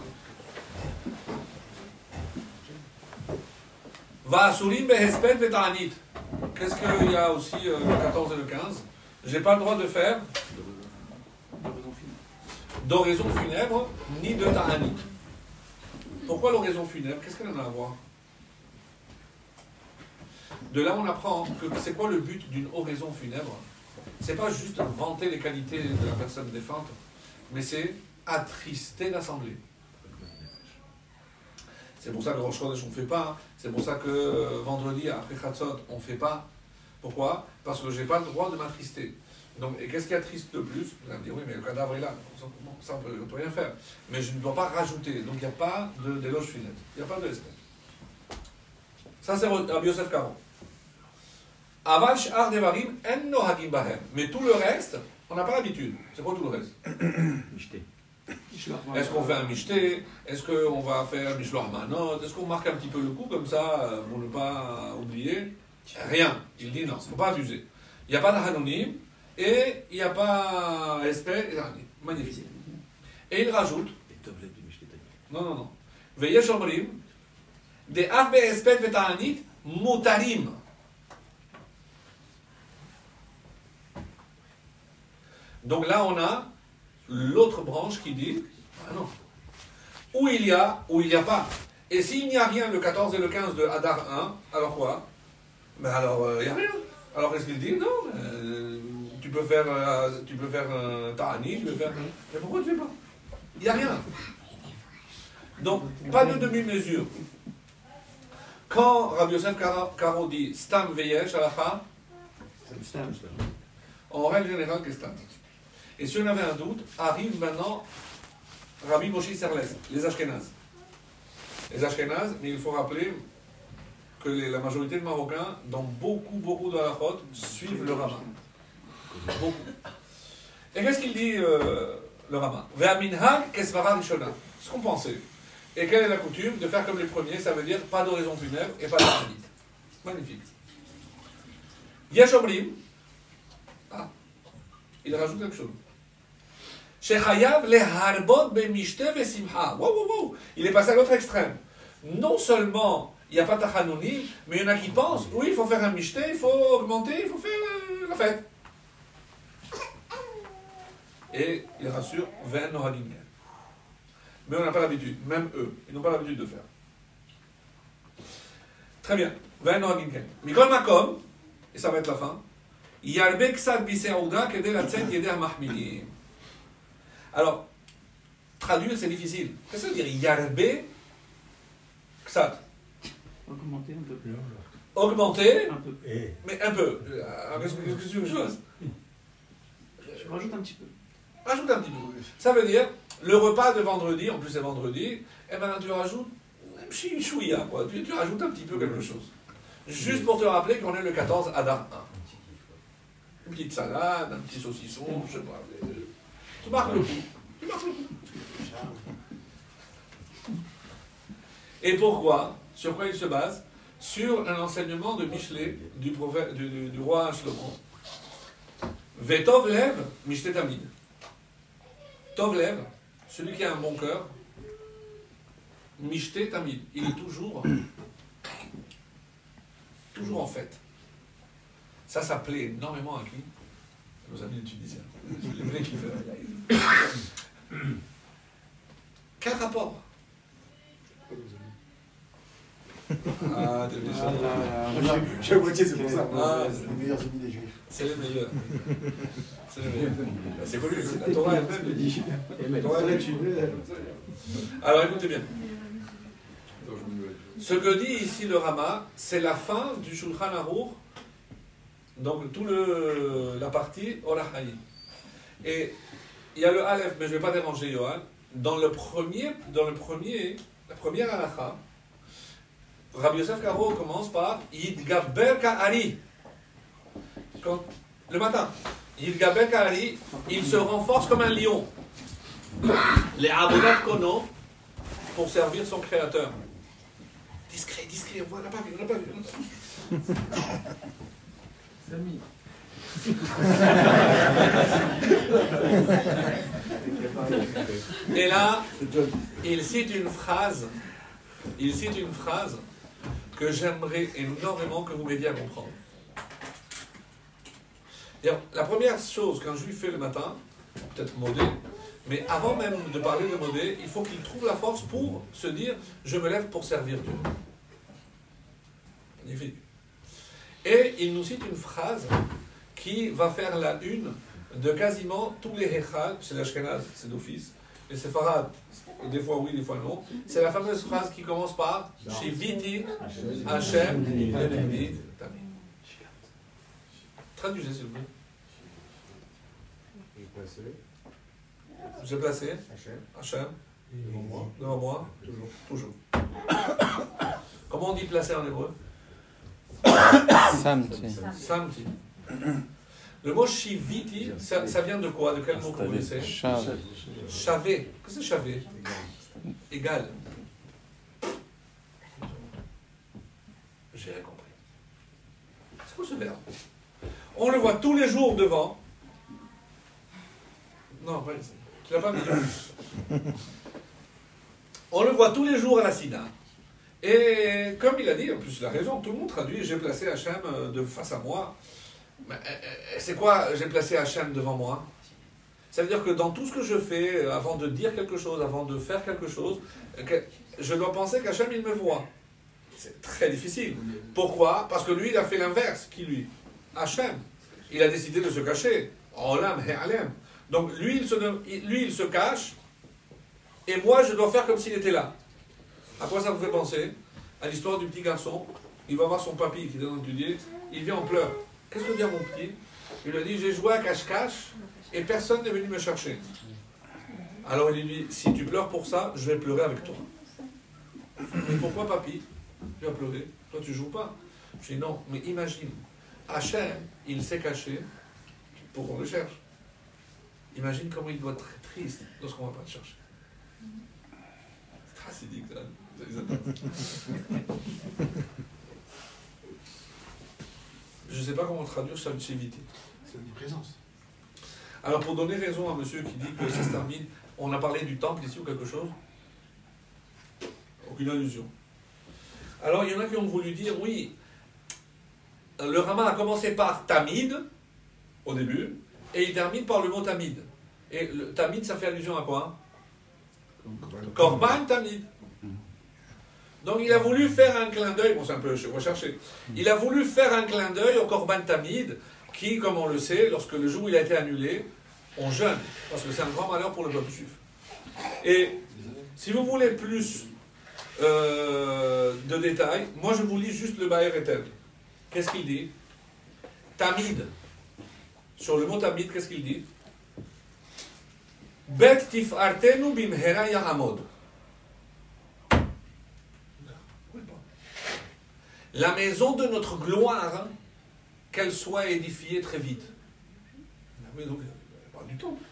Va'asurim behesped ve'ta'anit. Qu'est-ce qu'il y a aussi le 14 et le 15? J'ai pas le droit de faire d'oraison funèbre ni de ta'anit. Pourquoi l'oraison funèbre? Qu'est-ce qu'elle en a à voir? De là on apprend que c'est quoi le but d'une oraison funèbre? C'est pas juste vanter les qualités de la personne défunte, mais c'est attrister l'assemblée. C'est pour ça que Rosh Chodesh on ne fait pas. C'est pour ça que vendredi après Chatzot on ne fait pas. Pourquoi? Parce que j'ai pas le droit de m'attrister. Donc, et qu'est-ce qui attriste le plus? Vous allez me dire oui, mais le cadavre est là. Ça on peut rien faire. Mais je ne dois pas rajouter. Donc il n'y a pas d'éloge funèbre. Il n'y a pas de espèce. Ça c'est Rabbi Yosef Karo. Aval she'ar devarim en nohagim bahem. Mais tout le reste, on n'a pas l'habitude. C'est quoi tout le reste? Est-ce qu'on fait un mishté? Est-ce qu'on va faire un mishloach manot? Est-ce qu'on marque un petit peu le coup comme ça pour ne pas oublier? Rien. Il dit non, il ne faut pas abuser. Il n'y a pas de hanonim et il n'y a pas espèce. Magnifique. Et il rajoute. Non. Veyesh omrim de af be'espet ve'ta'anit mutarim. Donc là, on a l'autre branche qui dit, ah non, où il y a, ou il n'y a pas. Et s'il n'y a rien le 14 et le 15 de Adar 1, alors quoi? Ben alors, il n'y a rien. Alors qu'est-ce qu'il dit? Non, tu peux faire un ta'ani, tu peux faire... Mais pourquoi tu ne fais pas? Il n'y a rien. Donc, pas de demi-mesure. Quand Rabbi Yosef Karo dit Stam veyesh alacha, en règle générale, qu'est-ce que c'est? Et si on avait un doute, arrive maintenant Rabbi Moshe Serles, les Ashkénazes. Les Ashkénazes, mais il faut rappeler que la majorité de Marocains, dans beaucoup de halachot, suivent le Rama. Beaucoup. Et qu'est-ce qu'il dit le Rama? Ve'aminhag kesvara rishona. Ce qu'on pensait. Et quelle est la coutume? De faire comme les premiers, ça veut dire pas d'oraison funèbre et pas de hadith. Magnifique. Yesh omrim. Ah, il rajoute quelque chose. Shechayav leharbot b'mishte ve'simcha. Wow. Il est passé à l'autre extrême. Non seulement il n'y a pas tachanonim, mais il y en a qui pensent, oui, il faut faire un mishte, il faut augmenter, il faut faire la fête. Et il rassure, ve'en nohagim. Mais on n'a pas l'habitude, même eux, ils n'ont pas l'habitude de faire. Très bien. Ve'en nohagim. Mikol makom, et ça va être la fin. Yarbek sad biseouda kedel atzet yeder mahmidim. Alors, traduire, c'est difficile. Qu'est-ce que ça veut dire Yarbe Ksat. Augmenter un peu. Augmenter, Un peu. mais un peu. Qu'est-ce que tu veux que je fasse? Je rajoute un petit peu. Rajoute un petit peu. Ça veut dire, le repas de vendredi, en plus c'est vendredi, eh ben tu rajoutes un petit chouïa, quoi. Tu rajoutes un petit peu quelque chose. Juste pour te rappeler qu'on est le 14 Adar 1. Une petite salade, un petit saucisson, je sais pas. Tu marques le coup. Tu marques le coup. Et pourquoi? Sur quoi il se base? Sur un enseignement de Michelet, du roi Shlomo. Vetov lev, mishte tamid. Tov lev, celui qui a un bon cœur, mishte tamid. Il est toujours en fête. Ça plaît énormément à qui? À nos amis de Tunisiens. Les vrais kiffeurs. Quel rapport? Ah, t'es méchant. Je suis à moitié, c'est pour ça. Ah, C'est les meilleurs amis des juifs. c'est les meilleurs. C'est les meilleurs. C'est connu, c'est la Torah elle-même le dit. La Torah elle-même. Alors écoutez bien. Ce que dit ici le Rama, c'est la fin du Shulchan Aruch, donc tout la partie Orahai. Et il y a le Aleph, mais je ne vais pas déranger Yohan. Dans la première halakha, Rabbi Yosef Karo commence par Yidgaber Ka'ari. Le matin, Yidgaber Ka'ari, il se renforce comme un lion. Les Avodat Kono, pour servir son créateur. Discret, on n'a pas vu. Samy. Et là, il cite une phrase que j'aimerais énormément que vous m'aidiez à comprendre. La première chose qu'un juif fait le matin, peut-être modé, mais avant même de parler de modé, il faut qu'il trouve la force pour se dire « je me lève pour servir Dieu ». Magnifique. Et il nous cite une phrase qui va faire la une de quasiment tous les Hechal, chez l'Ashkenaz, c'est d'office, les Séfarades, des fois oui, des fois non. C'est la fameuse phrase qui commence par Shiviti Hashem Lenegdi Tamid. Traduisez s'il vous plaît. J'ai placé Hashem devant moi, toujours. Comment on dit placer en hébreu? Samti. Le mot shiviti, ça vient de quoi? De quel mot vous connaissez? Chavé. Qu'est-ce que c'est chavé? Égal. J'ai rien compris. C'est quoi ce verbe? On le voit tous les jours devant. Non, pas ici. Tu l'as pas mis. On le voit tous les jours à la Sina. Et comme il a dit, en plus il a raison, tout le monde traduit, j'ai placé Hachem de face à moi. Mais c'est quoi, j'ai placé Hachem devant moi? Ça veut dire que dans tout ce que je fais, avant de dire quelque chose, avant de faire quelque chose, je dois penser qu'Hachem il me voit. C'est très difficile. Pourquoi? Parce que lui il a fait l'inverse. Qui lui? Hachem. Il a décidé de se cacher. Olam he'alem. Donc lui il se cache, et moi je dois faire comme s'il était là. À quoi ça vous fait penser? À l'histoire du petit garçon. Il va voir son papy qui est dans l'étudier. Il vient en pleurs. Qu'est-ce que dit mon petit? Il lui a dit, j'ai joué à cache-cache et personne n'est venu me chercher. Alors il lui dit, si tu pleures pour ça, je vais pleurer avec toi. Mais pourquoi papy? Tu vas pleurer. Toi tu joues pas. Je dis non, mais imagine. Hachem, il s'est caché pour qu'on le cherche. Imagine comment il doit être très triste lorsqu'on ne va pas le chercher. C'est tracidique, ça. Je ne sais pas comment traduire Shamsheviti. C'est l'omniprésence. Alors, pour donner raison à monsieur qui dit que ça se termine, on a parlé du temple ici ou quelque chose? Aucune allusion. Alors, il y en a qui ont voulu dire, oui, le Rama a commencé par Tamid, au début, et il termine par le mot Tamid. Et le Tamid, ça fait allusion à quoi? Korban Tamid. Donc il a voulu faire un clin d'œil, bon c'est un peu recherché, il a voulu faire un clin d'œil au Korban Tamid, qui, comme on le sait, lorsque le jour où il a été annulé, on jeûne, parce que c'est un grand malheur pour le peuple juif. Et si vous voulez plus de détails, moi je vous lis juste le Baer Etel. Qu'est-ce qu'il dit? Tamid. Sur le mot tamid, qu'est-ce qu'il dit? Bet tif'artenu bimhera ya'amod. La maison de notre gloire, qu'elle soit édifiée très vite. Oui, donc, pas du tout.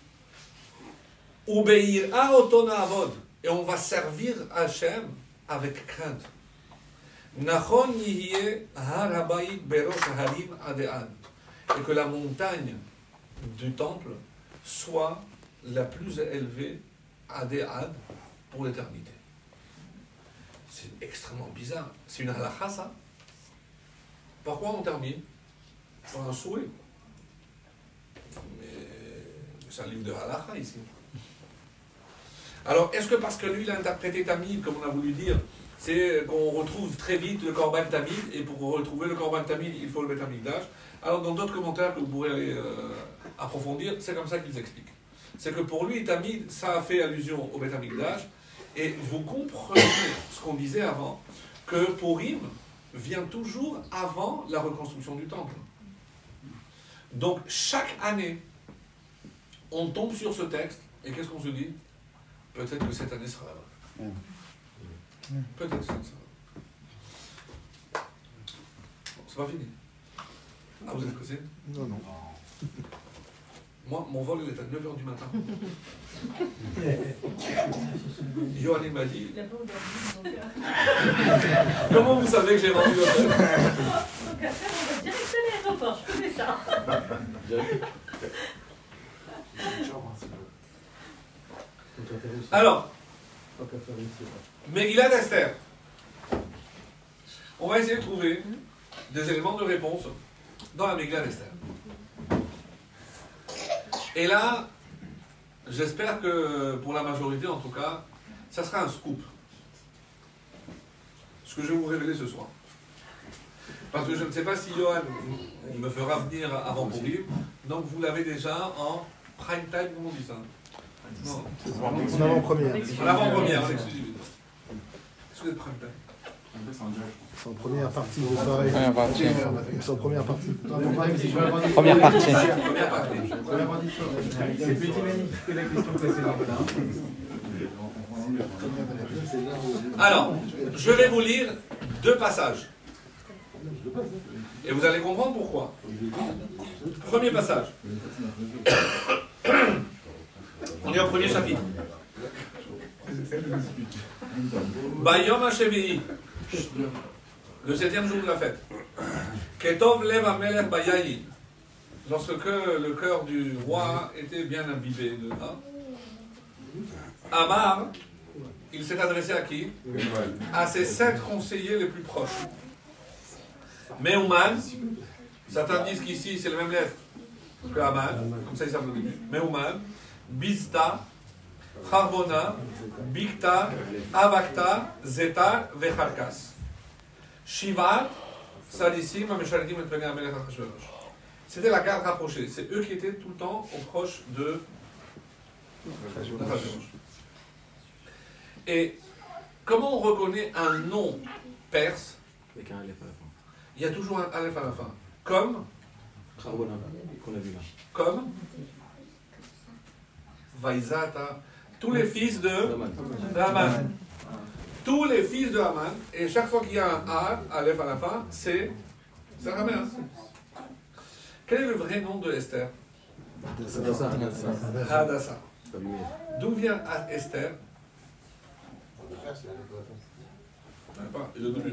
Ubeira otona avod. Et on va servir Hachem avec crainte. Nachon yihye har habayit berosh harim ade'ad. Et que la montagne du temple soit la plus élevée ade'ad pour l'éternité. C'est extrêmement bizarre. C'est une halakha, ça. Pourquoi on termine? Par un souhait. Mais c'est un livre de halakha ici. Alors, est-ce que parce que lui, il a interprété Tamid, comme on a voulu dire, c'est qu'on retrouve très vite le Korban Tamid, et pour retrouver le Korban Tamid, il faut le Beth Amikdash. Alors, dans d'autres commentaires que vous pourrez aller approfondir, c'est comme ça qu'ils expliquent. C'est que pour lui, Tamid, ça a fait allusion au Beth Amikdash, et vous comprenez ce qu'on disait avant, que Purim vient toujours avant la reconstruction du temple. Donc, chaque année, on tombe sur ce texte, et qu'est-ce qu'on se dit? Peut-être que cette année sera là. Peut-être que ça sera. Bon, c'est pas fini. Ah, vous êtes pressé? Non, non. Moi, mon vol, il est à 9h du matin. Yoann m'a dit... Il n'a pas endormi, Comment vous savez que j'ai vendu l'hôtel? donc après, on va direct à l'aéroport, je connais ça. Alors, Megillat Esther. On va essayer de trouver des éléments de réponse dans la Megillat Esther. Et là, j'espère que pour la majorité en tout cas, ça sera un scoop. Ce que je vais vous révéler ce soir. Parce que je ne sais pas si Yoann me fera venir avant Purim, donc vous l'avez déjà en prime time, comment on dit ça? Non. En avant-première. En avant-première, excusez-moi. Est-ce que vous êtes prime time? C'est en première partie de pareil. Première partie. C'est en première partie. Première partie. Première partie. C'est plus dynamique que la question précédente. Alors, je vais vous lire 2 passages. Et vous allez comprendre pourquoi. Premier passage. On est au premier chapitre. Bayom HaShevi'i, le 7e jour de la fête. Ketov Lev HaMelech Bayayin, lorsque le cœur du roi était bien imbibé de vin. Amar, il s'est adressé à qui? À ses 7 conseillers les plus proches. Meuman, certains disent qu'ici c'est le même lettre que Aman, comme ça il s'appelle au début. Meuman, Bizta, Charbona, Bikta, Avakta, Zeta, Vecharkas. Shivat, Salissim, Ameshalitim et Pene Amelech Achashverosh. C'était la garde rapprochée. C'est eux qui étaient tout le temps aux proches de Achashverosh. Et comment on reconnaît un nom perse? Avec un Aleph à la fin. Il y a toujours un Aleph à la fin. Comme Charbona, qu'on a vu là. Comme Vaizata. Tous les fils de Haman. Tous les fils de Haman. Et chaque fois qu'il y a un A, Aleph à la fin, c'est Haman. Quel est le vrai nom de Esther? Hadassah. D'où vient Esther? Il a donné.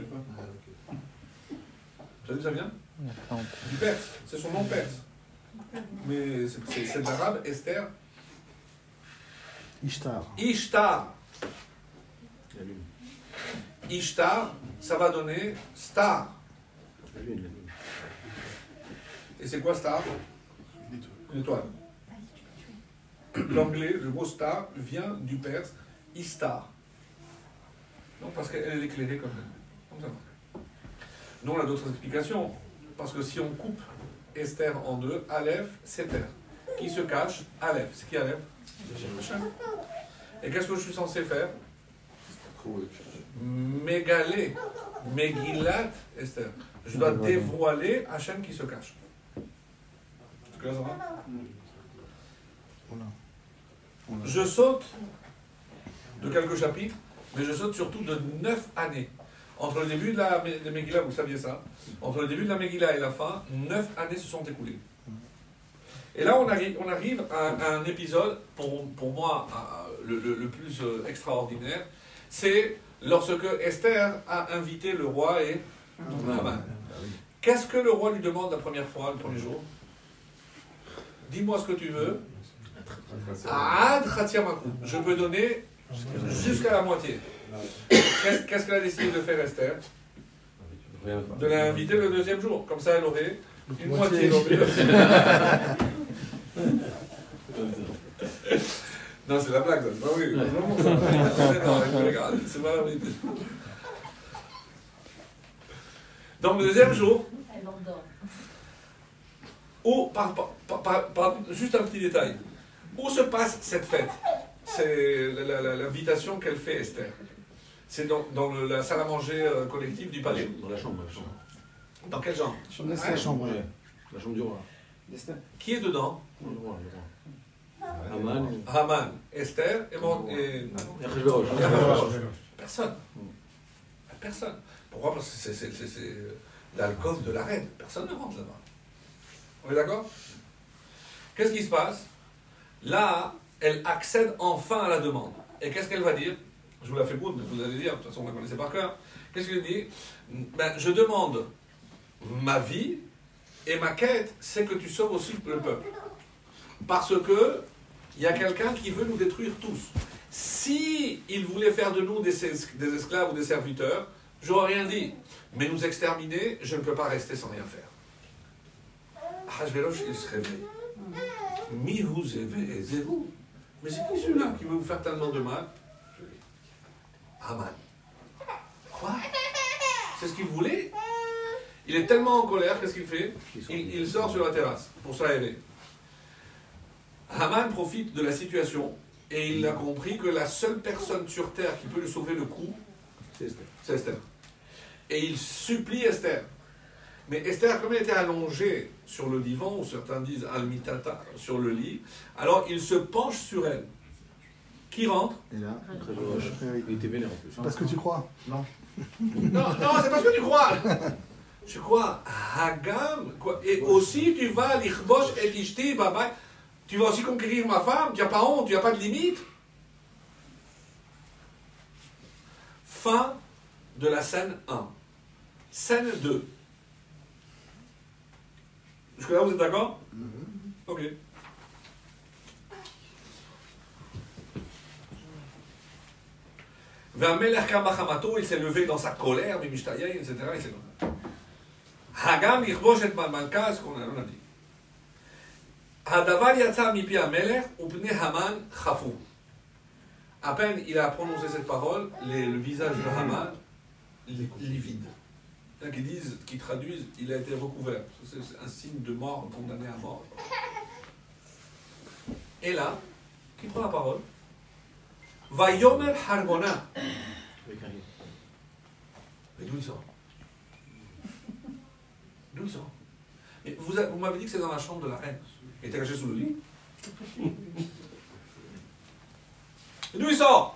Vous savez d'où ça vient? Du perse. C'est son nom perse. Mais c'est l'arabe, Esther. Ishtar. Ishtar. Ishtar, ça va donner star. Et c'est quoi star? Une étoile. L'anglais, le mot star, vient du perse Istar. Non, parce qu'elle est éclairée comme ça. Nous, on a d'autres explications. Parce que si on coupe Esther en 2, Aleph, c'est terre. Qui se cache? Aleph. C'est qui Aleph? Et qu'est-ce que je suis censé faire? Mégalé, Megillat Esther. Je dois dévoiler Hachem qui se cache. Jusque-là, ça va? Je saute de quelques chapitres, mais je saute surtout de 9 années. Entre le début de Megillah, vous saviez ça, entre le début de la Megillah et la fin, 9 années se sont écoulées. Et là, on arrive à un épisode, pour moi, le plus extraordinaire, c'est lorsque Esther a invité le roi et Haman. Qu'est-ce que le roi lui demande la première fois, le premier jour? Dis-moi ce que tu veux. Je peux donner jusqu'à la moitié. Qu'est-ce qu'elle a décidé de faire, Esther? De l'inviter le deuxième jour. Comme ça, elle aurait une moitié. Non, c'est la blague, ça. C'est pas vrai. C'est pas la vérité. Donc, le deuxième jour, Elle endort. juste un petit détail. Où se passe cette fête? C'est l'invitation qu'elle fait, Esther. C'est dans la salle à manger collective du palais. Dans la chambre. Dans quelle chambre? La chambre. Ouais. La chambre du roi. Qui est dedans? Le roi. Haman. Haman, Esther et Achashverosh. Personne. Personne. Pourquoi? Parce que c'est l'alcôve de la reine. Personne ne rentre là-bas. On est d'accord? Qu'est-ce qui se passe? Là, elle accède enfin à la demande. Et qu'est-ce qu'elle va dire? Je vous la fais courte, mais vous allez dire, de toute façon, vous la connaissez par cœur. Qu'est-ce qu'elle dit? Je demande ma vie et ma quête, c'est que tu sauves aussi le peuple. Parce que il y a quelqu'un qui veut nous détruire tous. Si il voulait faire de nous des esclaves ou des serviteurs, j'aurais rien dit. Mais nous exterminer, je ne peux pas rester sans rien faire. Achashverosh, il se réveille. Mihu zévé, zévou. Mais c'est qui celui-là qui veut vous faire tellement de mal? Haman. Quoi? C'est ce qu'il voulait? Il est tellement en colère, qu'est-ce qu'il fait? Il sort sur la terrasse pour s'aérer. Haman profite de la situation et il a compris que la seule personne sur terre qui peut lui sauver le coup, c'est Esther. Et il supplie Esther. Mais Esther, comme elle était allongée sur le divan, ou certains disent al-mitata, sur le lit, alors il se penche sur elle. Qui rentre? Et là, Il était vénère en plus. parce que tu crois? Non. Non, c'est parce que tu crois. Je crois, Hagam, quoi. Et aussi tu vas l'Ichbosh et Ishti, baba. Tu vas aussi conquérir ma femme, tu n'as pas honte, tu n'as pas de limite. Fin de la scène 1. Scène 2. Jusque-là, vous êtes d'accord? Ok. Ve'amelech kam b'chamato, il s'est levé dans sa colère, Mimishtaïa, etc. Il s'est levé. Hagam yichbosh et malka, ce qu'on a dit. Hadavar yatsa mipi hamelech upne Haman chafou. À peine il a prononcé cette parole, le visage de Haman livide. Il y en a qui traduisent, il a été recouvert. C'est un signe de mort, condamné à mort. Et là, qui prend la parole? Vayomer Harbona. Mais d'où il sort? D'où il sort? Et vous m'avez dit que c'est dans la chambre de la reine. Il était caché sous le lit. Et d'où il sort?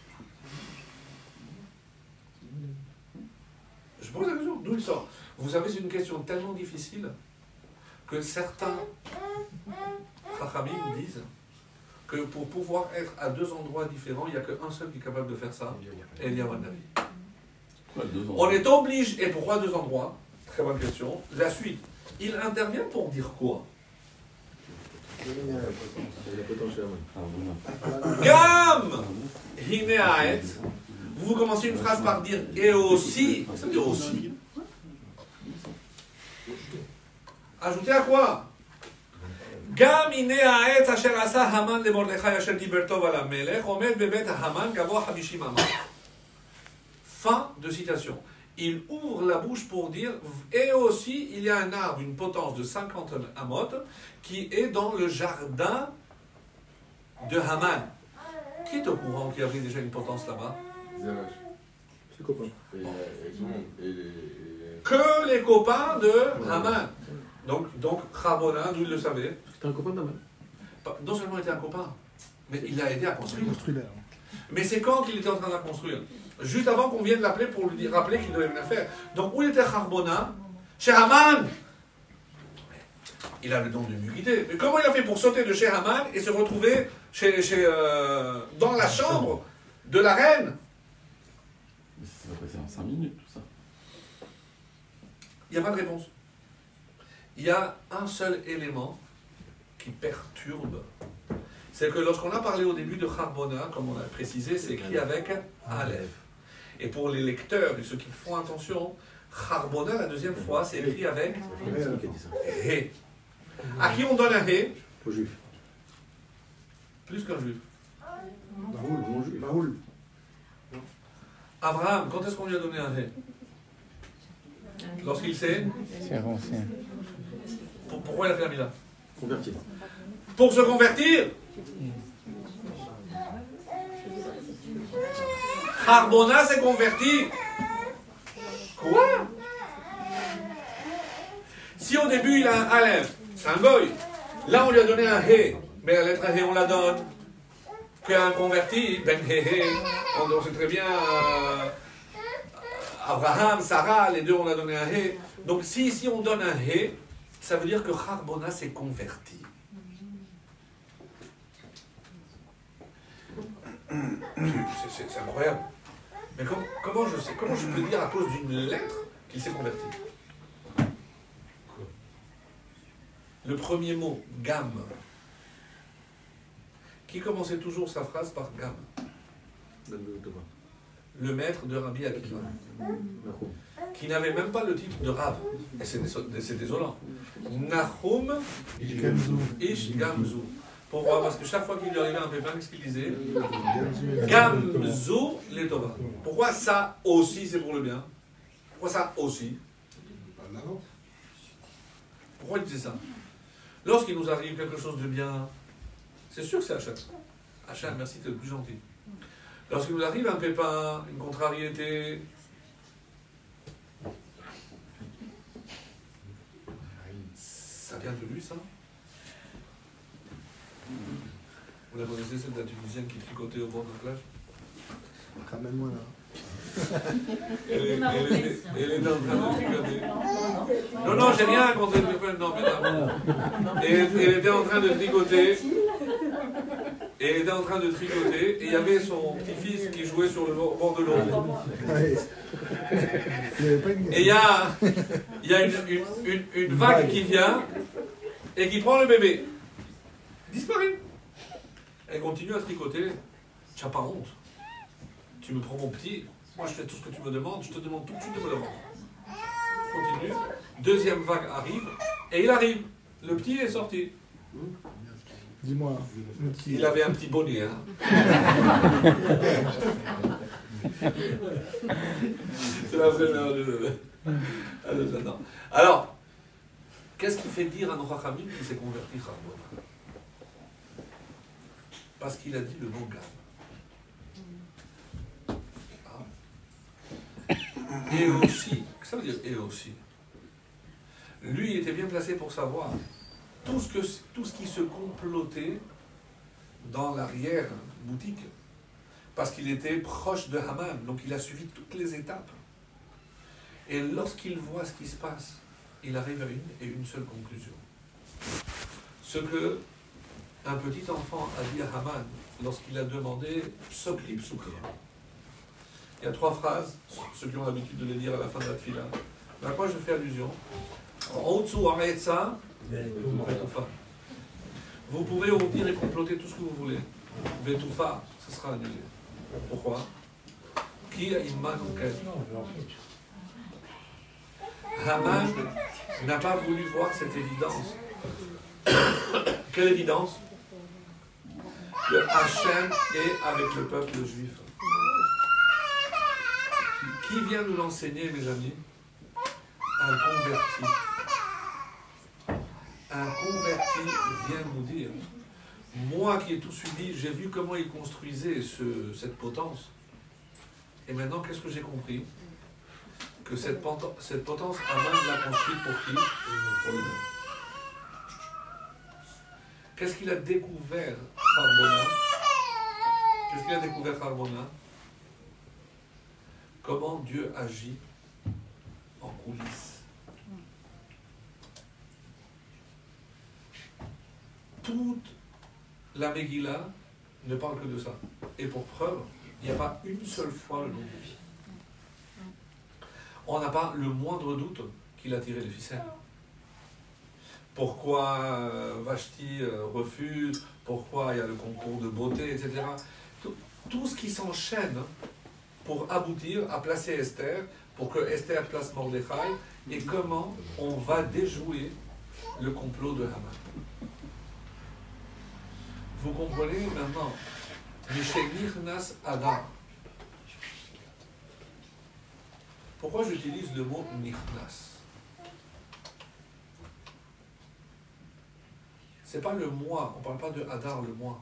Je pose la question, d'où il sort? Vous savez, c'est une question tellement difficile que certains Chachamim disent que pour pouvoir être à deux endroits différents, il n'y a qu'un seul qui est capable de faire ça, Eliyahu Hanavi. On est obligé, et pourquoi deux endroits? Très bonne question. La suite, il intervient pour dire quoi? Gam Hineaet. Vous commencez une phrase par dire et aussi. Ça veut dire aussi. Ajoutez à quoi? Gam Hineaet asher asa Haman le Mordechai asher diber tov al hamelech omed bebet Haman gavoa 50 amas. Fin de citation. Il ouvre la bouche pour dire, et aussi il y a un arbre, une potence de 50 amot, qui est dans le jardin de Haman, Qui est au courant qu'il y avait déjà une potence là-bas? C'est copain. Que les copains de Haman. Donc Harbona, d'où il le savait. C'était un copain d'Aman. Non seulement il était un copain, mais il l'a aidé à construire. Construit-la. Mais c'est quand qu'il était en train de la construire? Juste avant qu'on vienne l'appeler pour lui rappeler qu'il devait venir faire. Donc où était Harbona? Chez Haman. Il a le don d'humilité. Mais comment il a fait pour sauter de chez Haman et se retrouver dans la chambre de la reine? Mais ça va passer en 5 minutes tout ça. Il n'y a pas de réponse. Il y a un seul élément qui perturbe. C'est que lorsqu'on a parlé au début de Harbona, comme on a précisé, c'est écrit avec Aleph. Et pour les lecteurs et ceux qui font attention, Harbona, la deuxième fois, c'est écrit avec He. À qui on donne un He? Aux juifs. Plus qu'un juif. Raoul. Abraham, quand est-ce qu'on lui a donné un He? Lorsqu'il s'est... C'est ancien. Pourquoi il a fait la Mila? Converti. Pour se convertir. Harbona s'est converti. Quoi? Si au début il a un Aleph, c'est un goy. Là on lui a donné un He, mais la lettre He on la donne qu'un converti. Ben He, on sait très bien Abraham, Sarah, les deux on a donné un He. Donc si ici on donne un He, ça veut dire que Harbona s'est converti. C'est incroyable. Mais comment je peux dire à cause d'une lettre qu'il s'est converti? Le premier mot, Gam. Qui commençait toujours sa phrase par Gam? Le maître de Rabbi Akiva. Qui n'avait même pas le titre de Rav. Et c'est désolant. Nahum Ish Gamzu. Pourquoi? Parce que chaque fois qu'il lui arrivait un pépin, qu'est-ce qu'il disait? Gamzu Letova. Pourquoi ça aussi c'est pour le bien? Pourquoi ça aussi? Pourquoi il disait ça? Lorsqu'il nous arrive quelque chose de bien, c'est sûr que c'est Hachem. Hachem, merci, t'es le plus gentil. Lorsqu'il nous arrive un pépin, une contrariété, ça vient de lui, ça? Vous la connaissez, celle de la Tunisienne qui tricotait au bord de la plage? Ramène-moi là. Elle était en train de tricoter. Non, j'ai rien contre elle. Non, mais elle était en train de tricoter. Et elle était en train de tricoter. Et il y avait son petit-fils qui jouait sur le bord de l'eau. Et il y a une vague qui vient et qui prend le bébé. Il disparaît. Elle continue à tricoter. Tu n'as pas honte. Tu me prends mon petit. Moi, je fais tout ce que tu me demandes. Je te demande tout de suite de me le rendre. Continue. Deuxième vague arrive. Et il arrive. Le petit est sorti. Dis-moi. Il avait un petit bonnet. Hein. C'est la vraie. Alors, qu'est-ce qui fait dire à nos Chachamim qu'il s'est converti Harbona? Parce qu'il a dit le mot Gam. Et aussi, qu'est-ce que ça veut dire et aussi? Lui, il était bien placé pour savoir tout ce qui se complotait dans l'arrière-boutique, parce qu'il était proche de Haman, donc il a suivi toutes les étapes. Et lorsqu'il voit ce qui se passe, il arrive à une seule conclusion. Ce que un petit enfant a dit à Haman lorsqu'il a demandé Psokli Psukra. Il y a 3 phrases, ceux qui ont l'habitude de les lire à la fin de la tfila, à quoi je fais allusion. Vous pouvez dire et comploter tout ce que vous voulez. Vetoufa, ce sera annulé. Pourquoi? Qui a imman ou quel? Haman n'a pas voulu voir cette évidence. Quelle évidence? Que Hachem est avec le peuple juif. Qui vient nous l'enseigner, mes amis? Un converti. Un converti vient nous dire, Moi qui ai tout suivi, j'ai vu comment il construisait cette potence. Et maintenant, qu'est-ce que j'ai compris? Que cette potence, Aman l'a construite pour qui? Pour lui-même. Qu'est-ce qu'il a découvert, Harbona? Qu'est-ce qu'il a découvert, Harbona? Comment Dieu agit en coulisses. Toute la Megillah ne parle que de ça. Et pour preuve, il n'y a pas une seule fois le nom de vie. On n'a pas le moindre doute qu'il a tiré les ficelles. Pourquoi Vashti refuse, pourquoi il y a le concours de beauté, etc. Tout ce qui s'enchaîne pour aboutir à placer Esther, pour que Esther place Mordechai, et comment on va déjouer le complot de Haman. Vous comprenez maintenant, Mishenichnas Adar. Pourquoi j'utilise le mot Nichnas? C'est pas le moi, on parle pas de Hadar, le moi.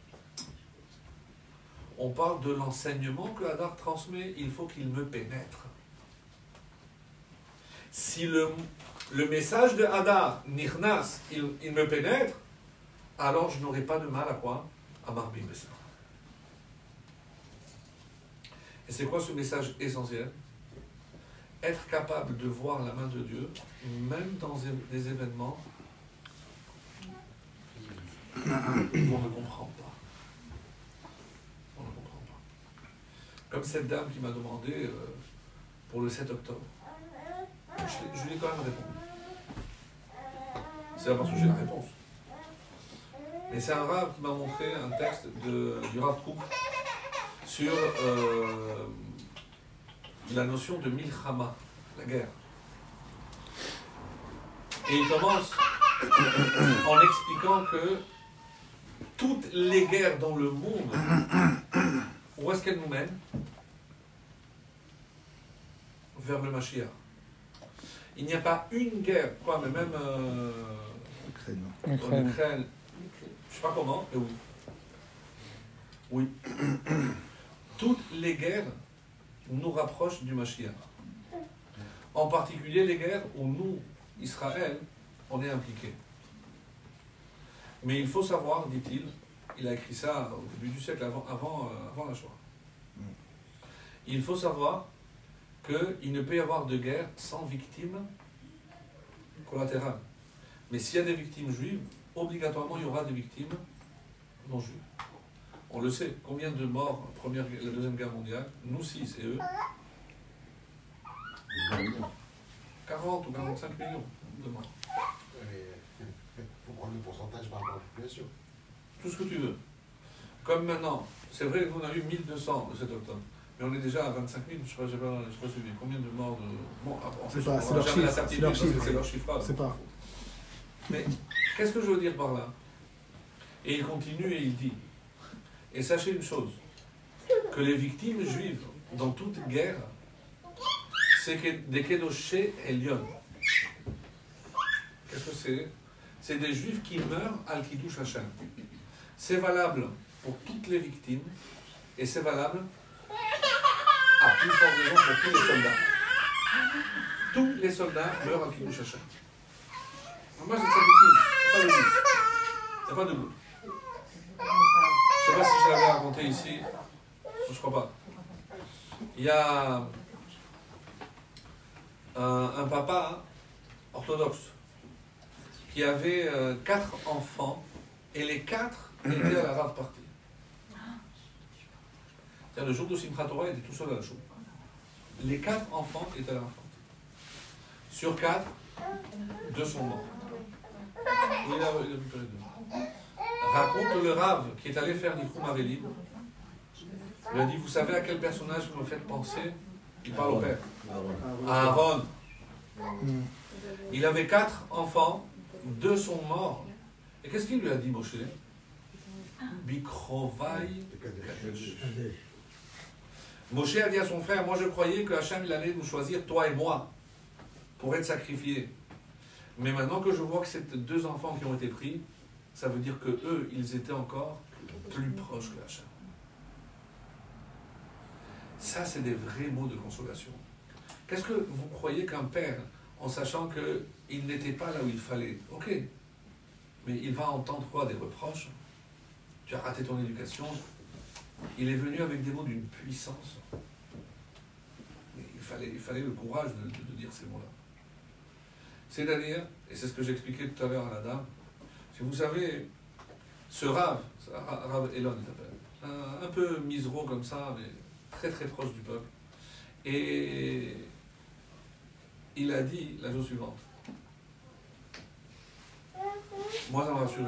On parle de l'enseignement que Hadar transmet, il faut qu'il me pénètre. Si le message de Hadar, Nichnas, il me pénètre, alors je n'aurai pas de mal à quoi? À Marbim Bessa. Et c'est quoi ce message essentiel? Être capable de voir la main de Dieu, même dans des événements qu'on ne comprend pas. On ne comprend pas. Comme cette dame qui m'a demandé pour le 7 octobre. Je lui ai quand même répondu. C'est parce que j'ai la réponse. Mais c'est un Rav qui m'a montré un texte du Rav Kook sur la notion de Milchama, la guerre. Et il commence en expliquant que toutes les guerres dans le monde, où est-ce qu'elles nous mènent? Vers le Mashiach. Il n'y a pas une guerre, quoi, mais même en Ukraine, je ne sais pas comment, mais oui. Oui. Toutes les guerres nous rapprochent du Mashiach. En particulier les guerres où nous, Israël, on est impliqués. Mais il faut savoir, dit-il, il a écrit ça au début du siècle, avant la Shoah. Il faut savoir qu'il ne peut y avoir de guerre sans victimes collatérales. Mais s'il y a des victimes juives, obligatoirement il y aura des victimes non juives. On le sait, combien de morts la Deuxième Guerre mondiale, nous 6 et eux 40 ou 45 millions de morts. Il faut prendre le pourcentage par rapport à la population. Tout ce que tu veux. Comme maintenant, c'est vrai qu'on a eu 1200 le 7 octobre, mais on est déjà à 25 000, je ne sais pas suivi. Combien de morts de... Bon, en fait, c'est leur chiffre. C'est leur chiffre. C'est pas. Mais qu'est-ce que je veux dire par là? Et il continue et il dit, et sachez une chose, que les victimes juives dans toute guerre, c'est des Kedoshé Elion. Qu'est-ce que c'est? C'est des juifs qui meurent al Kiddush Hashem. C'est valable pour toutes les victimes et c'est valable à plus forte raison pour tous les soldats. Tous les soldats meurent al Kiddush Hashem. Moi, c'est sa victime, il n'y a pas de doute. Je ne sais pas si je l'avais raconté ici, je ne crois pas. Il y a un papa orthodoxe qui avait 4 enfants et les 4 étaient à la rave partie. C'est-à-dire le jour de Simchat Torah, il était tout seul à la chou. Les 4 enfants étaient à la rave partie. Sur 4, 2 sont morts. Il a récupéré 2. Raconte le Rav qui est allé faire l'Ichum Avelim. Il a dit, vous savez à quel personnage vous me faites penser? Il parle au père. Aaron. Il avait 4 enfants, 2 sont morts. Et qu'est-ce qu'il lui a dit, Moshe? Bikrovai Kadesh. Moshe a dit à son frère, moi je croyais que Hachem il allait nous choisir, toi et moi, pour être sacrifiés. Mais maintenant que je vois que c'est 2 enfants qui ont été pris, ça veut dire que eux, ils étaient encore plus proches que Hachem. Ça, c'est des vrais mots de consolation. Qu'est-ce que vous croyez qu'un père, en sachant qu'il n'était pas là où il fallait, ok, mais il va entendre quoi? Des reproches? Tu as raté ton éducation. Il est venu avec des mots d'une puissance. Mais il fallait le courage de dire ces mots-là. C'est-à-dire, et c'est ce que j'expliquais tout à l'heure à la dame, si vous savez, ce Rav Elon, il s'appelle, un peu misero comme ça, mais très très proche du peuple, et il a dit la chose suivante. Moi, ça m'a rassuré.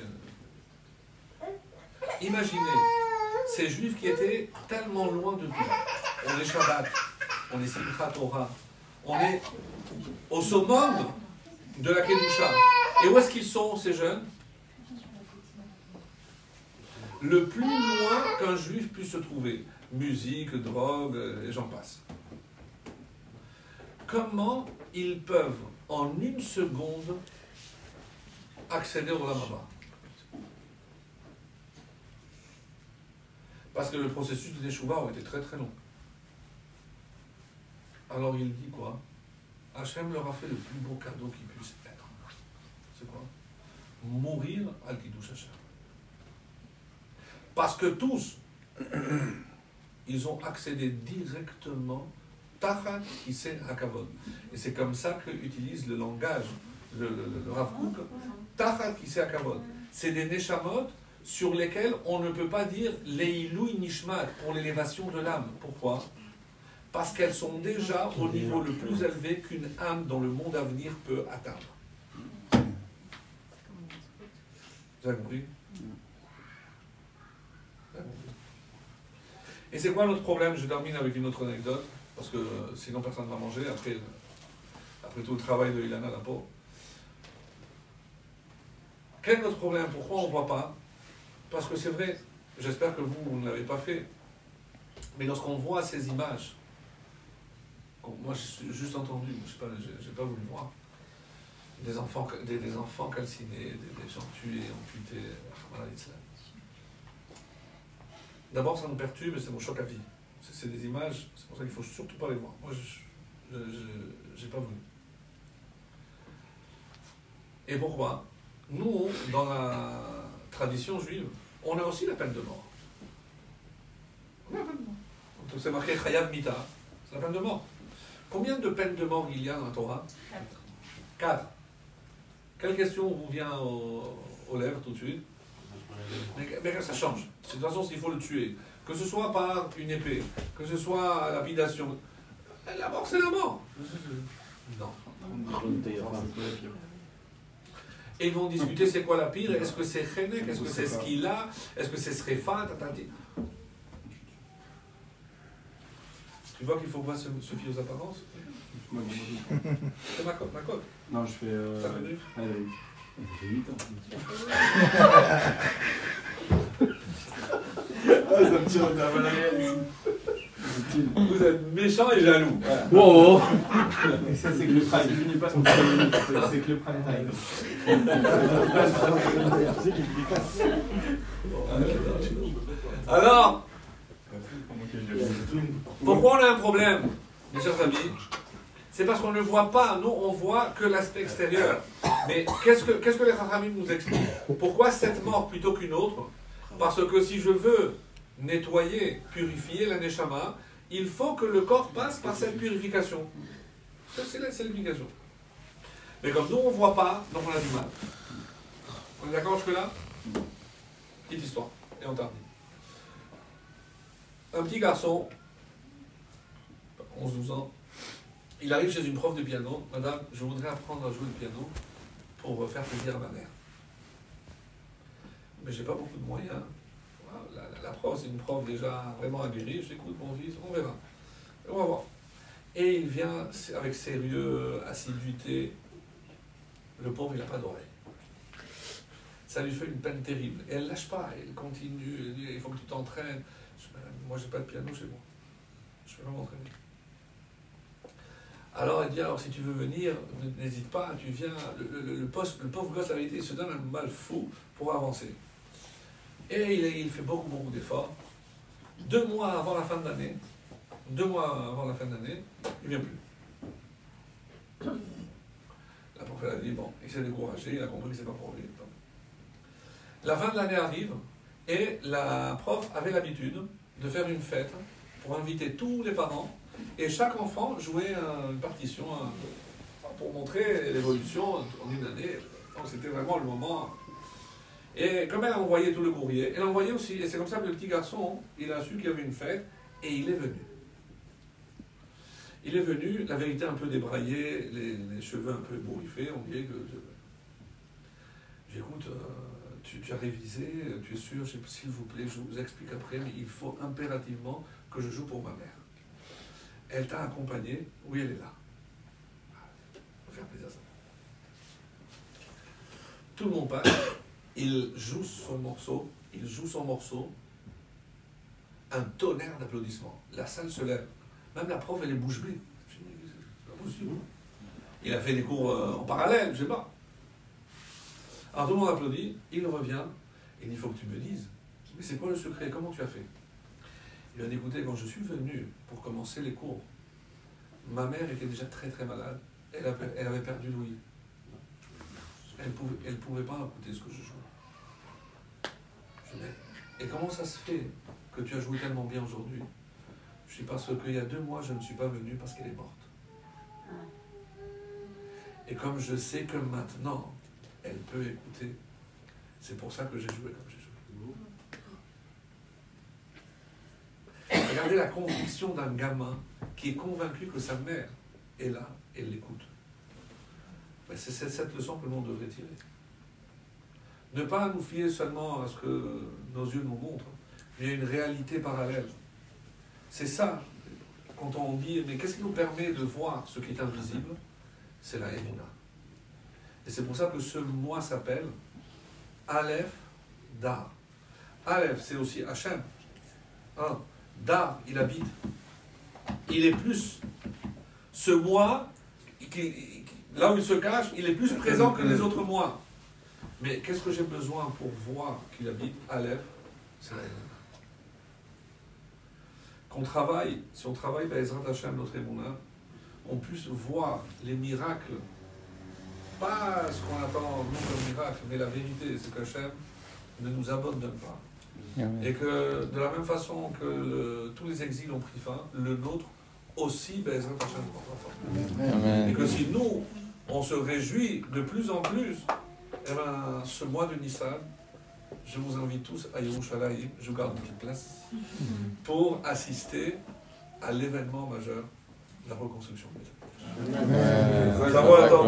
Imaginez ces juifs qui étaient tellement loin de tout. On est Shabbat, on est Simchat Torah, on est au summum de la Kedusha. Et où est-ce qu'ils sont, ces jeunes? Le plus loin qu'un juif puisse se trouver. Musique, drogue, et j'en passe. Comment ils peuvent, en une seconde, accéder au Olam Haba? Parce que le processus de Teshuvah a été très très long. Alors il dit quoi? Hachem leur a fait le plus beau cadeau qu'il puisse être. C'est quoi? Mourir al Kiddush Hachem. Parce que tous, ils ont accédé directement Tachat Kisei HaKavod. Et c'est comme ça qu'utilise le langage, le Rav Kook, Tachat Kisei HaKavod. C'est des neshamot sur lesquels on ne peut pas dire Leilui Nishmat pour l'élévation de l'âme. Pourquoi? Parce qu'elles sont déjà au niveau le plus élevé qu'une âme dans le monde à venir peut atteindre. Vous avez compris? Et c'est quoi notre problème? Je termine avec une autre anecdote, parce que sinon personne ne va manger après tout le travail de Ilana Lapo. Quel est notre problème? Pourquoi on ne voit pas? Parce que c'est vrai, j'espère que vous ne l'avez pas fait, mais lorsqu'on voit ces images, moi j'ai juste entendu, je n'ai pas voulu voir, des enfants calcinés, des gens tués, amputés, voilà, l'islam. D'abord, ça nous perturbe et c'est mon choc à vie. C'est des images, c'est pour ça qu'il ne faut surtout pas les voir. Moi, je n'ai pas voulu. Et pourquoi? Nous, dans la tradition juive, on a aussi la peine de mort. On a la peine de mort. Donc c'est marqué Chayav Mita, c'est la peine de mort. Combien de peines de mort il y a dans la Torah? 4. Quelle question vous vient aux lèvres tout de suite? Mais ça change. De toute façon, il faut le tuer. Que ce soit par une épée, que ce soit lapidation. La mort, c'est la mort. Non. Et ils vont discuter c'est quoi la pire, est-ce que c'est Chenek, est-ce que c'est ce qu'il a, est-ce que c'est Srefa, tatati. Tu vois qu'il faut pas se fier aux apparences? C'est ma cote. Non, je fais. 5 minutes. Allez. Ça fait 8 ans. Ah, ça me tire de la valériane. Vous êtes méchant et jaloux. Voilà. Wow. Et ça, c'est que le prime. Il finit pas son prime. C'est que le prime time. Alors, pourquoi on a un problème, mes chers amis? C'est parce qu'on ne voit pas, nous on voit que l'aspect extérieur. Mais qu'est-ce que les Chachamim nous expliquent? Pourquoi cette mort plutôt qu'une autre? Parce que si je veux nettoyer, purifier la Neshama, il faut que le corps passe par cette purification. Ça, c'est l'explication. Mais comme nous on ne voit pas, donc on a du mal. On est d'accord jusque-là? Petite histoire, et on termine. Un petit garçon, 11-12 ans, il arrive chez une prof de piano. Madame, je voudrais apprendre à jouer le piano pour faire plaisir à ma mère. Mais j'ai pas beaucoup de moyens. Voilà, la prof, c'est une prof déjà vraiment aguerrie. Je dis, écoute, mon fils, on verra. On va voir. Et il vient avec sérieux, assiduité. Le pauvre, il n'a pas d'oreille. Ça lui fait une peine terrible. Et elle ne lâche pas, elle continue. Elle dit, il faut que tu t'entraînes. Moi, j'ai pas de piano chez moi. Je peux pas m'entraîner. Alors il dit, alors si tu veux venir, n'hésite pas, tu viens. Le pauvre gosse, la vérité, il se donne un mal fou pour avancer. Et il fait beaucoup d'efforts. 2 mois avant la fin de l'année, il ne vient plus. La prof a dit, bon, il s'est découragé, il a compris que c'est pas pour lui. La fin de l'année arrive, et la prof avait l'habitude de faire une fête pour inviter tous les parents, et chaque enfant jouait une partition pour montrer l'évolution en une année. Donc c'était vraiment le moment. Et comme elle a envoyé tout le courrier, elle a envoyé aussi, et c'est comme ça que le petit garçon, il a su qu'il y avait une fête, et il est venu. Il est venu, la vérité un peu débraillée, les cheveux un peu ébouriffés, on dirait que... J'écoute, tu as révisé, tu es sûr, s'il vous plaît, je vous explique après, mais il faut impérativement que je joue pour ma mère. Elle t'a accompagné, oui, elle est là. On va faire plaisir à ça. Tout le monde passe, il joue son morceau, un tonnerre d'applaudissements. La salle se lève. Même la prof, elle est bouche bée. C'est pas possible. Il a fait des cours en parallèle, je sais pas. Alors tout le monde applaudit, il revient, et il faut que tu me dises, mais c'est quoi le secret, comment tu as fait? Il a dit, écoutez, quand je suis venu pour commencer les cours, ma mère était déjà très malade, elle avait perdu l'ouïe. Elle pouvait pas écouter ce que je jouais. Je dis, et comment ça se fait que tu as joué tellement bien aujourd'hui? Je dis, parce qu'il y a 2 mois, je ne suis pas venu parce qu'elle est morte. Et comme je sais que maintenant, elle peut écouter, c'est pour ça que j'ai joué comme j'ai joué. Regardez la conviction d'un gamin qui est convaincu que sa mère est là et l'écoute. Ben, c'est cette leçon que le monde devrait tirer. Ne pas nous fier seulement à ce que nos yeux nous montrent, mais il y a une réalité parallèle. C'est ça, quand on dit, mais qu'est-ce qui nous permet de voir ce qui est invisible? C'est la Evina. Et c'est pour ça que ce mois s'appelle Aleph Dar. Aleph, c'est aussi Hachem. Dar, il habite. Il est plus. Ce mois, là où il se cache, il est plus présent que les autres mois. Mais qu'est-ce que j'ai besoin pour voir qu'il habite? Aleph, c'est la Evina. Qu'on travaille, si on travaille Ezrat Hashem, notre Emouna, on puisse voir les miracles, pas ce qu'on attend nous comme miracle, mais la vérité, c'est qu'Hachem ne nous abandonne pas. Et que de la même façon que tous les exils ont pris fin, le nôtre aussi, Ezrat Hashem prendra fin. Et que si nous, on se réjouit de plus en plus, eh ben, ce mois de Nissan, je vous invite tous à Yerushalayim, je vous garde une petite place, pour assister à l'événement majeur de la reconstruction.